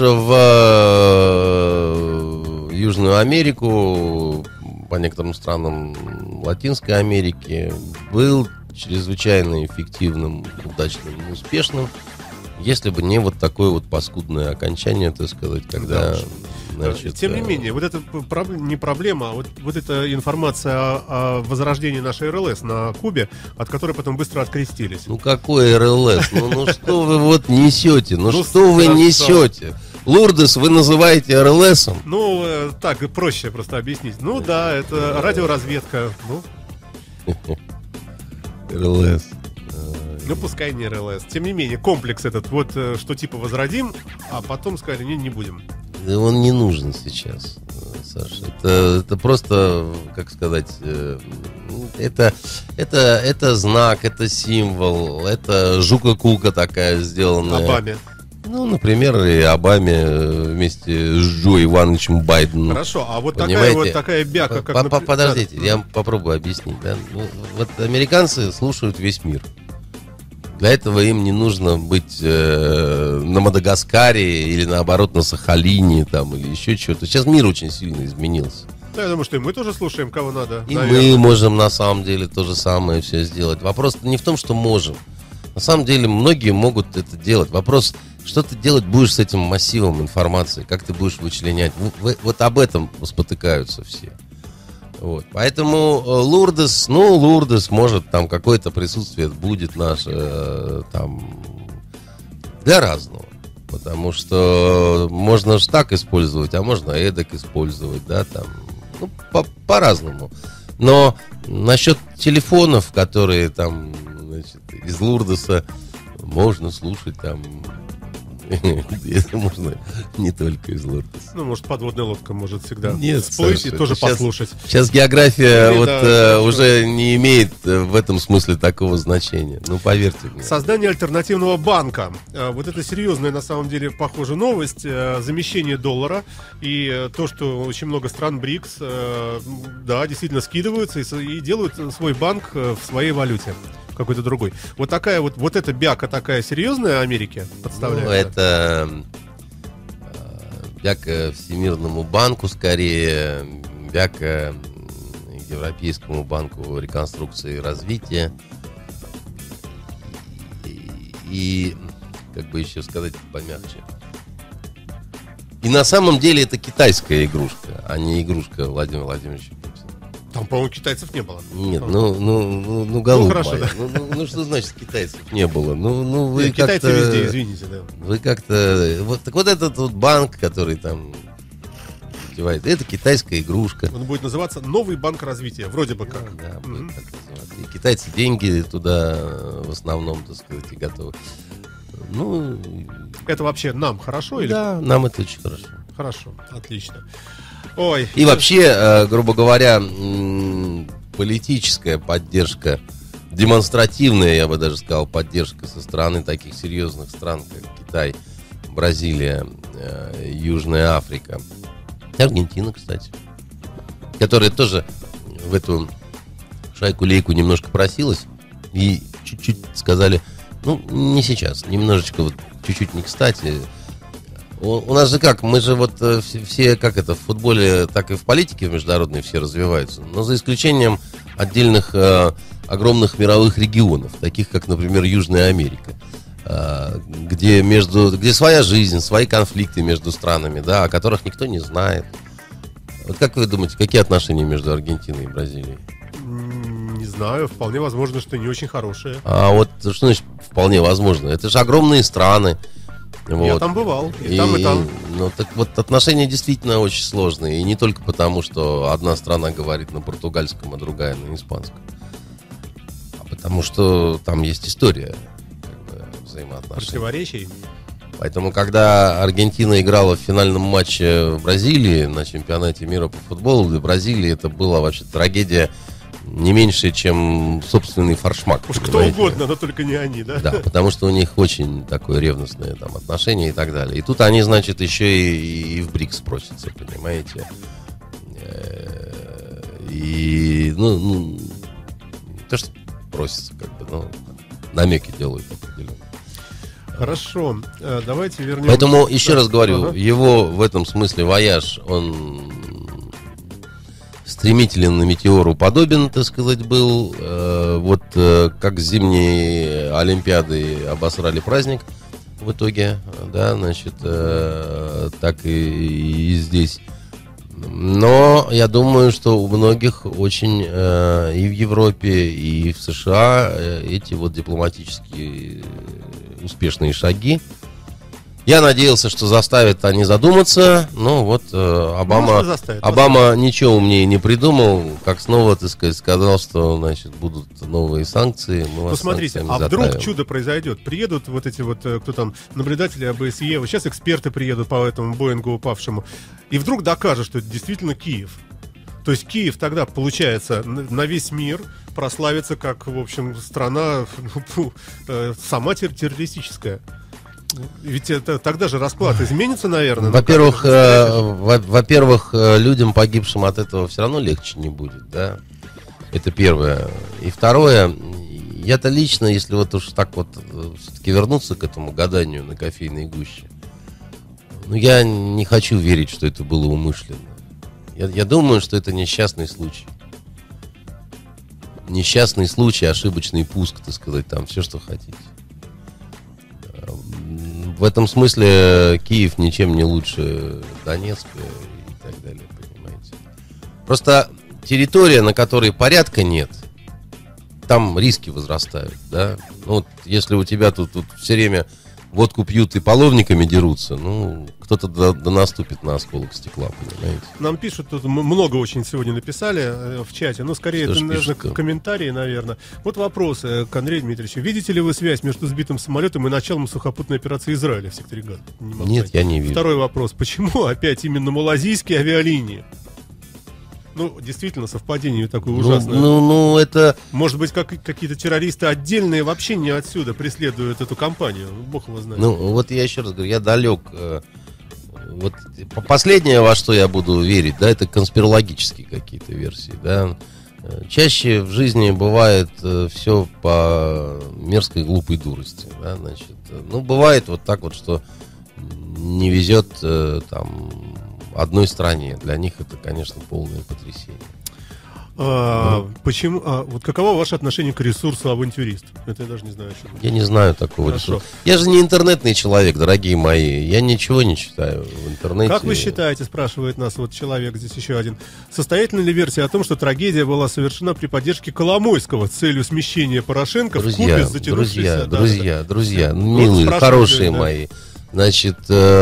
в Южную Америку, по некоторым странам Латинской Америки, был чрезвычайно эффективным, удачным и успешным. Если бы не вот такое вот паскудное окончание, так сказать, когда... Значит, тем не менее, вот это не проблема, а вот эта информация о возрождении нашей РЛС на Кубе, от которой потом быстро открестились. Какой РЛС? Что вы вот несете? Что вы несете? Лурдес вы называете РЛСом? Так проще просто объяснить. Да, это радиоразведка. РЛС. Пускай не РЛС. Тем не менее, комплекс этот, вот что типа возродим, а потом сказали, не будем. Он не нужен сейчас, Саша. Это просто, как сказать, это знак, это символ, это жука-кука такая сделанная. Обаме. Например, и Обаме вместе с Джо Ивановичем Байденом. Хорошо, а вот такая бяка, как... Подождите, я попробую объяснить. Да? Вот американцы слушают весь мир. Для этого им не нужно быть на Мадагаскаре или наоборот на Сахалине там, или еще чего-то. Сейчас мир очень сильно изменился. Я думаю, что и мы тоже слушаем, кого надо. И наверное. Мы можем на самом деле то же самое все сделать. Вопрос не в том, что можем. На самом деле многие могут это делать. Вопрос, что ты делать будешь с этим массивом информации, как ты будешь вычленять. Вот об этом спотыкаются все. Вот. Поэтому Лурдес, может, там какое-то присутствие будет наше там для разного. Потому что можно же так использовать, а можно эдак использовать, да, там, по-разному. Но насчет телефонов, которые там, значит, из Лурдеса можно слушать там Это можно не только из Лортеса. Ну, может, подводная лодка может всегда Нет, всплыть Саша, и тоже сейчас- послушать. Сейчас география Или вот да, уже не имеет в этом смысле такого значения. Ну, поверьте мне. Создание альтернативного банка. Вот это серьезная, на самом деле, похоже, новость. Замещение доллара. И то, что очень много стран БРИКС, да, действительно скидываются и делают свой банк в своей валюте. Какой-то другой. Вот такая вот эта бяка такая серьезная Америке Ну, подставляет? это бяка Всемирному банку скорее, бяка Европейскому банку реконструкции и развития. И как бы еще сказать помягче. И на самом деле это китайская игрушка, а не игрушка Владимира Владимировича Путина. Там, по-моему, китайцев не было. Нет, ну, голубая. хорошо, да. Ну, что значит китайцев не было? Ну, вы Нет, китайцы как-то... везде, извините, да. Вы как-то... Вот, так вот этот вот банк, который там одевает, это китайская игрушка. Он будет называться «Новый банк развития», вроде бы как. Да, будет так называться. И китайцы деньги туда в основном, так сказать, и готовы. Ну, Это вообще нам хорошо или... да, нам это очень хорошо. Хорошо, отлично. Ой, И вообще, грубо говоря, политическая поддержка, демонстративная, я бы даже сказал, поддержка со стороны таких серьезных стран, как Китай, Бразилия, Южная Африка, Аргентина, кстати, которая тоже в эту шайку-лейку немножко просилась и чуть-чуть сказали, ну, не сейчас, немножечко вот чуть-чуть не кстати. У нас же как, мы же вот все, как это, в футболе, так и в политике в международной все развиваются, но за исключением отдельных огромных мировых регионов, таких как, например, Южная Америка, где своя жизнь, свои конфликты между странами, да, о которых никто не знает. Вот как вы думаете, какие отношения между Аргентиной и Бразилией? не знаю, вполне возможно, что не очень хорошие. А вот что значит вполне возможно? Это же огромные страны. Я Вот. там бывал, и там, и там. Ну, так вот, отношения действительно очень сложные. И не только потому, что одна страна говорит на португальском, а другая на испанском. А потому что там есть история как бы, взаимоотношений. Противоречий. Поэтому, когда Аргентина играла в финальном матче в Бразилии на чемпионате мира по футболу, для Бразилии это была вообще трагедия не меньше, чем собственный форшмак. Уж кто понимаете? угодно, но только не они, да? Да, потому что у них очень такое ревностное там отношение и так далее. И тут они, значит, еще и в БРИКС просятся, понимаете. И, ну, то, что просятся, как бы, ну, намеки делают определенно. Хорошо, давайте вернемся. Поэтому, еще раз говорю, Ага. его в этом смысле вояж, он стремителен на метеору подобен, так сказать, был. Вот как с зимней Олимпиады обосрали праздник в итоге, да, значит, так и здесь. Но я думаю, что у многих очень и в Европе, и в США эти вот дипломатические успешные шаги. Я надеялся, что заставят они задуматься, но вот Может, и заставит. Обама ничего умнее не придумал, как снова, так сказать, сказал, что, значит, будут новые санкции. Мы вас Посмотрите, санкциями а вдруг затравим. чудо произойдет? Приедут вот эти вот, кто там, наблюдатели АБСЕ, вот сейчас эксперты приедут по этому Боингу упавшему, и вдруг докажут, что это действительно Киев. То есть Киев тогда, получается, на весь мир прославится как, в общем, страна сама террористическая. Ведь это, тогда же расклад изменится, наверное. Во-первых, людям, погибшим от этого, все равно легче не будет, да. Это первое. И второе, я-то лично, если вот уж так вот все-таки вернуться к этому гаданию на кофейной гуще, ну, я не хочу верить, что это было умышленно. Я думаю, что это несчастный случай. Несчастный случай, ошибочный пуск, так сказать, там, все, что хотите. В этом смысле Киев ничем не лучше Донецка и так далее, понимаете. Просто территория, на которой порядка нет, там риски возрастают, да. Ну, вот если у тебя тут все время водку пьют и половниками дерутся, ну, кто-то да наступит на осколок стекла, понимаете? Нам пишут, тут много очень сегодня написали в чате, но скорее Что это, ж наверное, пишут-то? комментарии, наверное. Вот вопрос к Андрею Дмитриевичу. Видите ли вы связь между сбитым самолетом и началом сухопутной операции Израиля в секторе Газа? Не могу Нет, понять. я не вижу. Второй вопрос. Почему опять именно малазийские авиалинии? Ну, действительно, совпадение такое ужасное. Ну, это... Может быть, какие-то террористы отдельные вообще не отсюда преследуют эту компанию? Бог его знает. Ну, вот я еще раз говорю, я далек. Вот последнее, во что я буду верить, да, это конспирологические какие-то версии, да. Чаще в жизни бывает все по мерзкой глупой дурости, да, значит. Ну, бывает вот так вот, что не везет там одной стране. Для них это, конечно, полное потрясение. Почему? Вот каково ваше отношение к ресурсу авантюрист? Это я даже не знаю, что. Я не знаю такого Хорошо. ресурса. Я же не интернетный человек, дорогие мои. Я ничего не читаю в интернете. Как вы считаете, спрашивает нас вот человек, здесь еще один, состоятельна ли версия о том, что трагедия была совершена при поддержке Коломойского с целью смещения Порошенко вкупе с затянувшейся... Друзья, милые, хорошие мои. Значит,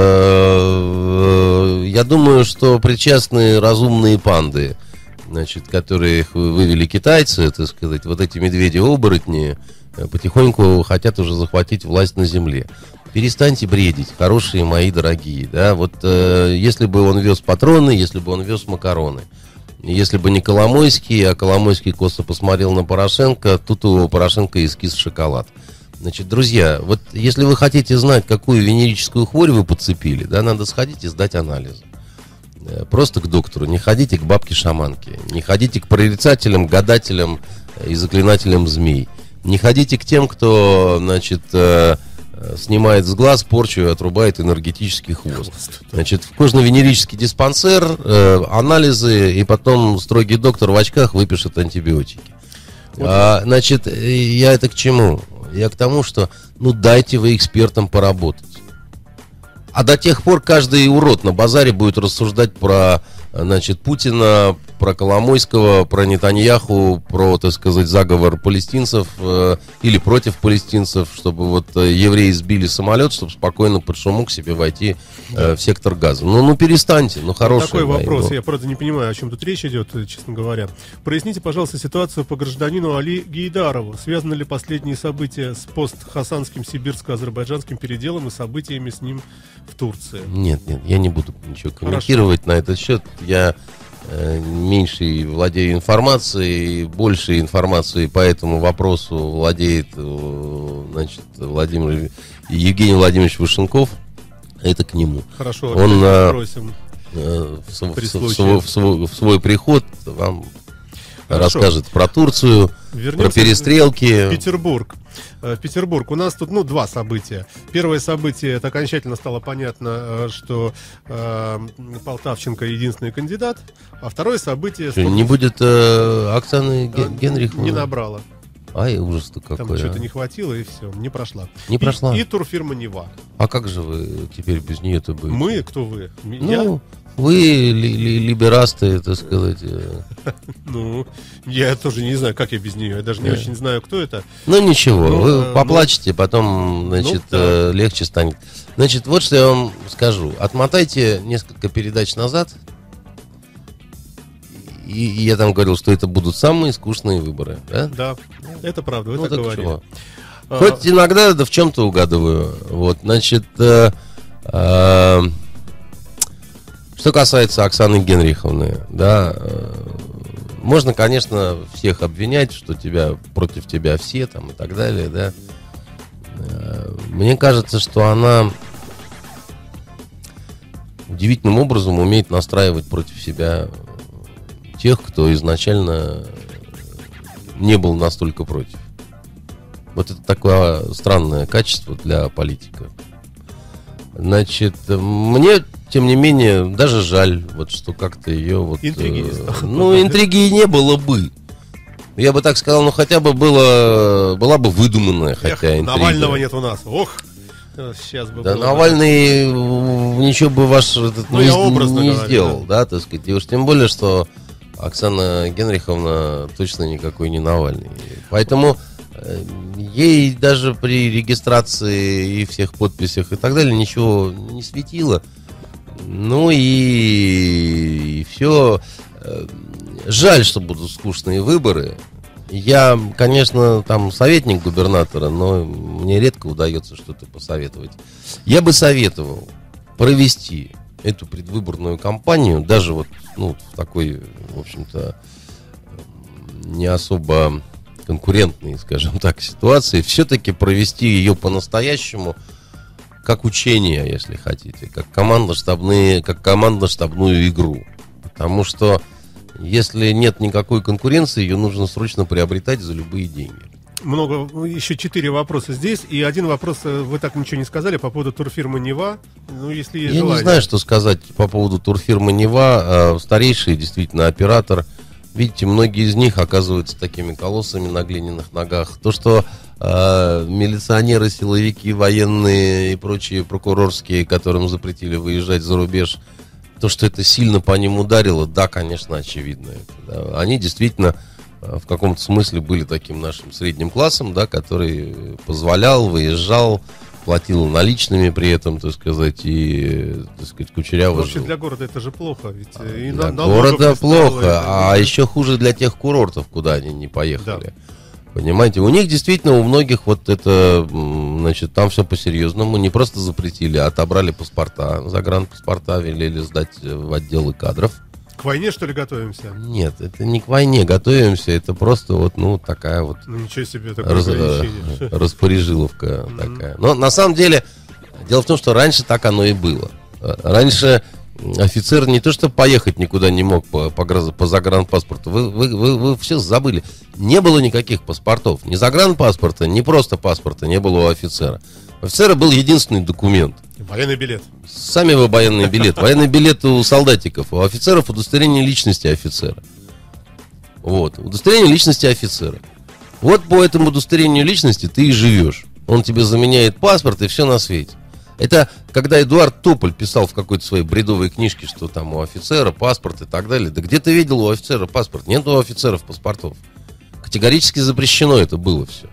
я думаю, что причастны разумные панды, значит, которые их вывели китайцы, так сказать, вот эти медведи-оборотни потихоньку хотят уже захватить власть на земле. Перестаньте бредить, хорошие мои дорогие, да, вот если бы он вез патроны, если бы он вез макароны, если бы не Коломойский, а Коломойский косо посмотрел на Порошенко, тут у Порошенко эскиз шоколад. Значит, друзья, вот если вы хотите знать, какую венерическую хворь вы подцепили, да, надо сходить и сдать анализы. Просто к доктору, не ходите к бабке-шаманке, не ходите к прорицателям, гадателям и заклинателям змей. Не ходите к тем, кто, значит, снимает с глаз порчу и отрубает энергетический хвост. Значит, в кожно-венерический диспансер, анализы, и потом строгий доктор в очках выпишет антибиотики. Значит, я это к чему? Я к тому, что, ну, дайте вы экспертам поработать. А до тех пор каждый урод на базаре будет рассуждать про, значит, Путина, про Коломойского, про Нетаньяху, про, так сказать, заговор палестинцев или против палестинцев, чтобы вот евреи сбили самолет, чтобы спокойно под шумок к себе войти в сектор Газа. Ну перестаньте, ну хороший. Такой вопрос, я правда не понимаю, о чем тут речь идет, честно говоря. Проясните, пожалуйста, ситуацию по гражданину Али Гейдарову. Связаны ли последние события с постхасанским сибирско-азербайджанским переделом и событиями с ним в Турции? Нет, я не буду ничего комментировать на этот счет. Я меньше владею информацией, больше информации по этому вопросу владеет, значит, Евгений Владимирович Вышенков. Это к нему. Хорошо, он просим в свой приход вам Хорошо. расскажет про Турцию, Вернемся про перестрелки. В Петербург. У нас тут, два события. Первое событие, это окончательно стало понятно, что Полтавченко единственный кандидат. А второе событие... Не будет Оксаны Генриховны? Не набрала. Ай, ужас-то какой. Там что-то не хватило, и все, не прошла. Не прошла. И турфирма Нева. А как же вы теперь без нее-то будете? Мы? Кто вы? Ну, вы либерасты, так сказать. Ну, я тоже не знаю, как я без нее. Я даже не очень знаю, кто это. Ну, ничего, вы поплачете, потом, значит, легче станет. Значит, вот что я вам скажу. Отмотайте несколько передач назад. И я там говорил, что это будут самые скучные выборы, да? Да, это правда, вы ну, так говорили. Чего? Хоть иногда в чем-то угадываю. Вот, значит, что касается Оксаны Генриховны, да, можно, конечно, всех обвинять, что против тебя все там и так далее, да. Мне кажется, что она удивительным образом умеет настраивать против себя тех, кто изначально не был настолько против. Вот это такое странное качество для политика. Значит, мне, тем не менее, даже жаль, вот что как-то ее вот... Интриги не стало. Ну, интриги и не было бы. Я бы так сказал, ну хотя бы была бы выдуманная хотя интрига. Навального нет у нас. Ох! Сейчас бы да, Навальный ничего бы ваш не сделал, да, так сказать. И уж тем более, что Оксана Генриховна точно никакой не Навальный. Поэтому ей даже при регистрации и всех подписях и так далее ничего не светило. Ну и все. Жаль, что будут скучные выборы. Я, конечно, там советник губернатора, но мне редко удается что-то посоветовать. Я бы советовал провести эту предвыборную кампанию, даже вот в такой, в общем-то, не особо конкурентной, скажем так, ситуации, все-таки провести ее по-настоящему, как учение, если хотите, как командно-штабную игру. Потому что если нет никакой конкуренции, ее нужно срочно приобретать за любые деньги. Еще 4 вопроса здесь. И один вопрос, вы так ничего не сказали по поводу турфирмы «Нева». Ну, если есть желание. Не знаю, что сказать по поводу турфирмы «Нева». Старейший действительно оператор. Видите, многие из них оказываются такими колоссами на глиняных ногах. То, что милиционеры, силовики, военные и прочие прокурорские, которым запретили выезжать за рубеж, то, что это сильно по ним ударило, да, конечно, очевидно. Да. Они действительно в каком-то смысле были таким нашим средним классом, да, который позволял, выезжал, платил наличными при этом, так сказать, и, так сказать, кучеряво вообще жил. для города это же плохо. Ведь и для города плохо, а еще хуже для тех курортов, куда они не поехали. Да. Понимаете, у них действительно, у многих вот это, значит, там все по-серьезному, не просто запретили, а отобрали паспорта, загранпаспорта велели сдать в отделы кадров. К войне, что ли, готовимся? Нет, это не к войне готовимся, это просто вот, такая вот... Ну, ничего себе, такое ограничение. Распоряжиловка такая. Но на самом деле, дело в том, что раньше так оно и было. Раньше офицер не то что поехать никуда не мог по загранпаспорту. Вы все забыли. Не было никаких паспортов. Ни загранпаспорта, ни просто паспорта не было у офицера. У офицера был единственный документ. Военный билет. Сами вы военный билет. Военный билет у солдатиков. У офицеров удостоверение личности офицера. Вот. Удостоверение личности офицера. Вот по этому удостоверению личности ты и живешь. Он тебе заменяет паспорт и все на свете. Это когда Эдуард Тополь писал в какой-то своей бредовой книжке, что там у офицера паспорт и так далее. Да где ты видел у офицера паспорт? Нет у офицеров паспортов. Категорически запрещено это было все.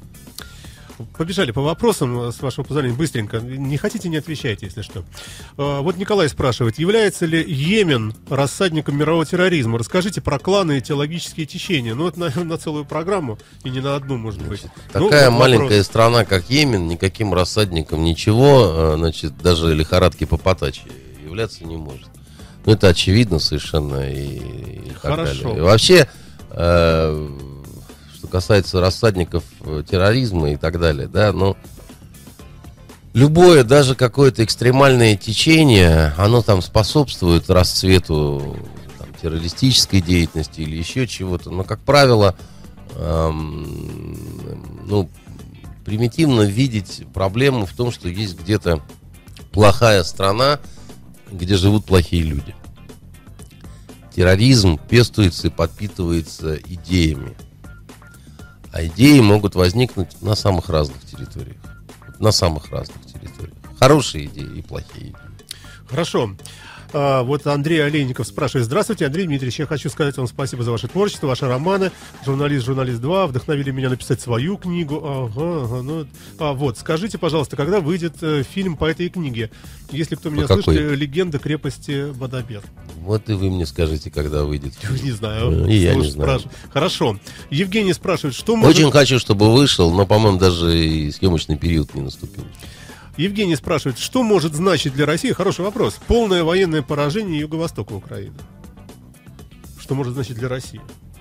Побежали по вопросам, с вашего позволения, быстренько. Не хотите, не отвечайте, если что. Вот Николай спрашивает, является ли Йемен рассадником мирового терроризма? Расскажите про кланы и теологические течения. Ну, это на целую программу, и не на одну, может быть. Такая маленькая страна, как Йемен, никаким рассадником ничего, значит, даже лихорадки попотачи являться не может. Ну, это очевидно совершенно и так далее. И вообще... Что касается рассадников терроризма и так далее, да, но любое, даже какое-то экстремальное течение, оно там способствует расцвету там, террористической деятельности или еще чего-то, но, как правило, примитивно видеть проблему в том, что есть где-то плохая страна, где живут плохие люди. Терроризм пестуется и подпитывается идеями. А идеи могут возникнуть на самых разных территориях. На самых разных территориях. Хорошие идеи и плохие идеи. Хорошо. Вот Андрей Олейников спрашивает. Здравствуйте, Андрей Дмитриевич. Я хочу сказать вам спасибо за ваше творчество, ваши романы. Журналист 2 вдохновили меня написать свою книгу. Вот, скажите, пожалуйста, когда выйдет фильм по этой книге? Если кто меня слышит, «Легенда крепости Бадабер». Вот и вы мне скажите, когда выйдет фильм. Не знаю. И я не знаю. Хорошо. Евгений спрашивает, что может... Очень хочу, чтобы вышел, но, по-моему, даже и съемочный период не наступил. Евгений спрашивает, что может значить для России, хороший вопрос, полное военное поражение юго-востока Украины? Что может значить для России?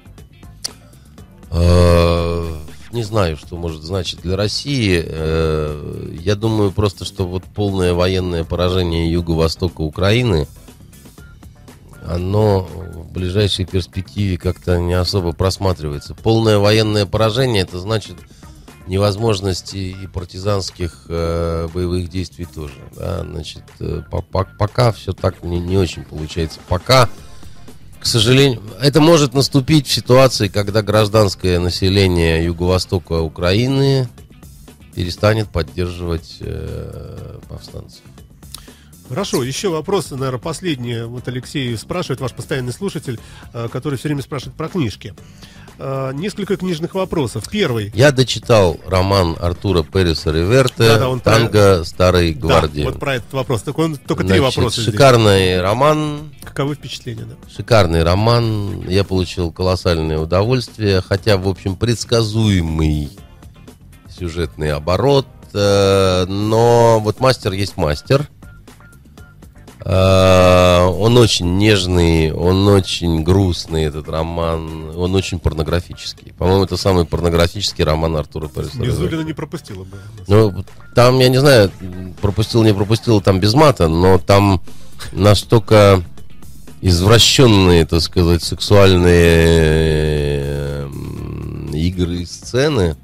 Не знаю, что может значить для России. Я думаю просто, что вот полное военное поражение юго-востока Украины, оно в ближайшей перспективе как-то не особо просматривается. Полное военное поражение, это значит... невозможности и партизанских боевых действий тоже. Да? Значит, пока все так не очень получается. Пока, к сожалению, это может наступить в ситуации, когда гражданское население юго-востока Украины перестанет поддерживать повстанцев. Хорошо, еще вопрос, наверное, последний. Вот Алексей спрашивает, ваш постоянный слушатель, который все время спрашивает про книжки. несколько книжных вопросов. Первый. Я дочитал роман Артура Переса Реверте «Танго старой гвардии». Да, вот про этот вопрос. Только три вопроса здесь. Шикарный роман. Каковы впечатления, да? Шикарный роман. Я получил колоссальное удовольствие, хотя, в общем, предсказуемый сюжетный оборот. Но вот мастер есть мастер. Он очень нежный, он очень грустный, этот роман. Он очень порнографический. По-моему, это самый порнографический роман Артура Переса. Мизулина не пропустила бы. Ну, там, я не знаю, пропустил, не пропустил, там без мата, но там настолько извращенные, так сказать, сексуальные игры и сцены.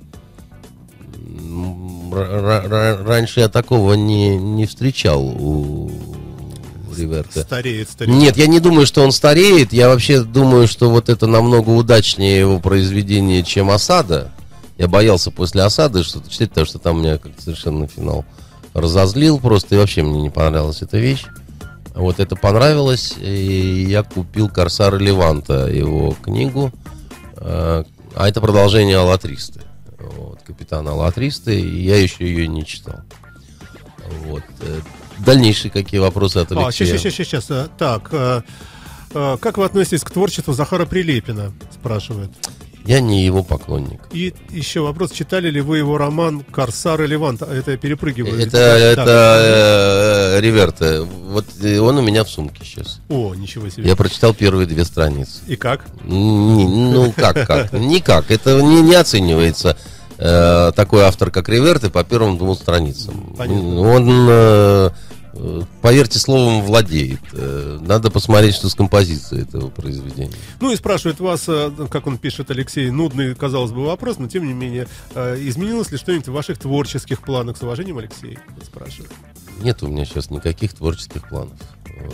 Раньше я такого не встречал у Реверте. Стареет. Нет, я не думаю, что он стареет. Я вообще думаю, что вот это намного удачнее его произведение, чем «Осада». Я боялся после «Осады» что-то читать, потому что там меня как-то совершенно финал разозлил просто. И вообще мне не понравилась эта вещь. Вот это понравилось. И я купил «Корсара Леванта», его книгу. А это продолжение «Алатристы». Вот, «Капитана Алатристы». И я еще ее не читал. Вот. Дальнейшие какие вопросы от Алексея? Сейчас. Так, как вы относитесь к творчеству Захара Прилепина, спрашивают. Я не его поклонник. И еще вопрос, читали ли вы его роман «Корсар и Левант»? Это я перепрыгиваю. Это Реверте. Вот он у меня в сумке сейчас. О, ничего себе. Я прочитал первые 2 страницы. И как? Ну, как? Никак. Это не оценивается. Такой автор, как Реверте, по первым 2 страницам. Понятно. Он, поверьте, словом владеет. Надо посмотреть, что с композицией этого произведения. Ну и спрашивает вас, как он пишет, Алексей, нудный, казалось бы, вопрос, но тем не менее, изменилось ли что-нибудь в ваших творческих планах? С уважением, Алексей, спрашивает. Нет у меня сейчас никаких творческих планов. Вот.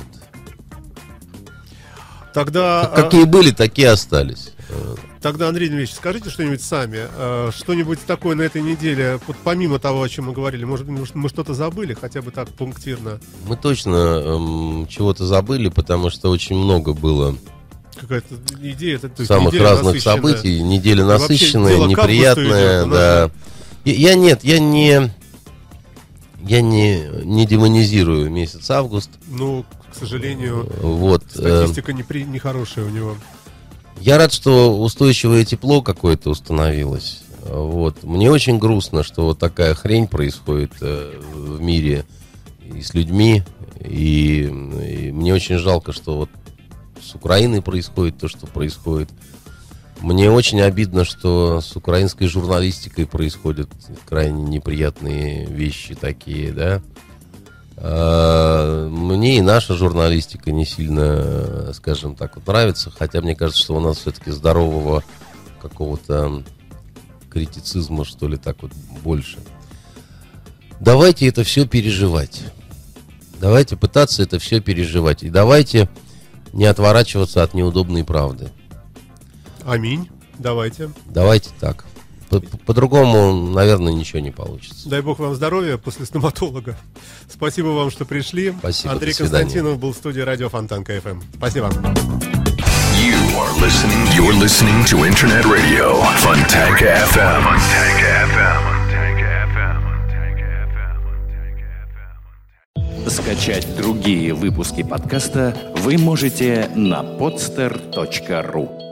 Тогда... Какие были, такие остались. Тогда, Андрей Дмитриевич, скажите что-нибудь сами. Что-нибудь такое на этой неделе, вот помимо того, о чем мы говорили, может быть, мы что-то забыли, хотя бы так пунктирно? Мы точно чего-то забыли, потому что очень много было какая-то идея, то есть самых разных событий. Неделя насыщенная, неприятная. Да. Я не демонизирую месяц август. Ну, к сожалению, вот, статистика нехорошая у него. Я рад, что устойчивое тепло какое-то установилось. Вот. Мне очень грустно, что вот такая хрень происходит в мире и с людьми. И мне очень жалко, что вот с Украиной происходит то, что происходит. Мне очень обидно, что с украинской журналистикой происходят крайне неприятные вещи такие, да. Мне и наша журналистика не сильно, скажем так, вот нравится, хотя мне кажется, что у нас все-таки здорового какого-то критицизма, что ли, так вот больше. Давайте это все переживать. Давайте пытаться это все переживать. И давайте не отворачиваться от неудобной правды. Аминь. Давайте. Давайте так. По-другому, наверное, ничего не получится. Дай бог вам здоровья после стоматолога. Спасибо вам, что пришли. Спасибо, Андрей Константинов был в студии радио Фонтанка ФМ. Спасибо. You're listening to Internet Radio Fontanka FM. Скачать другие выпуски подкаста вы можете на podster.ru.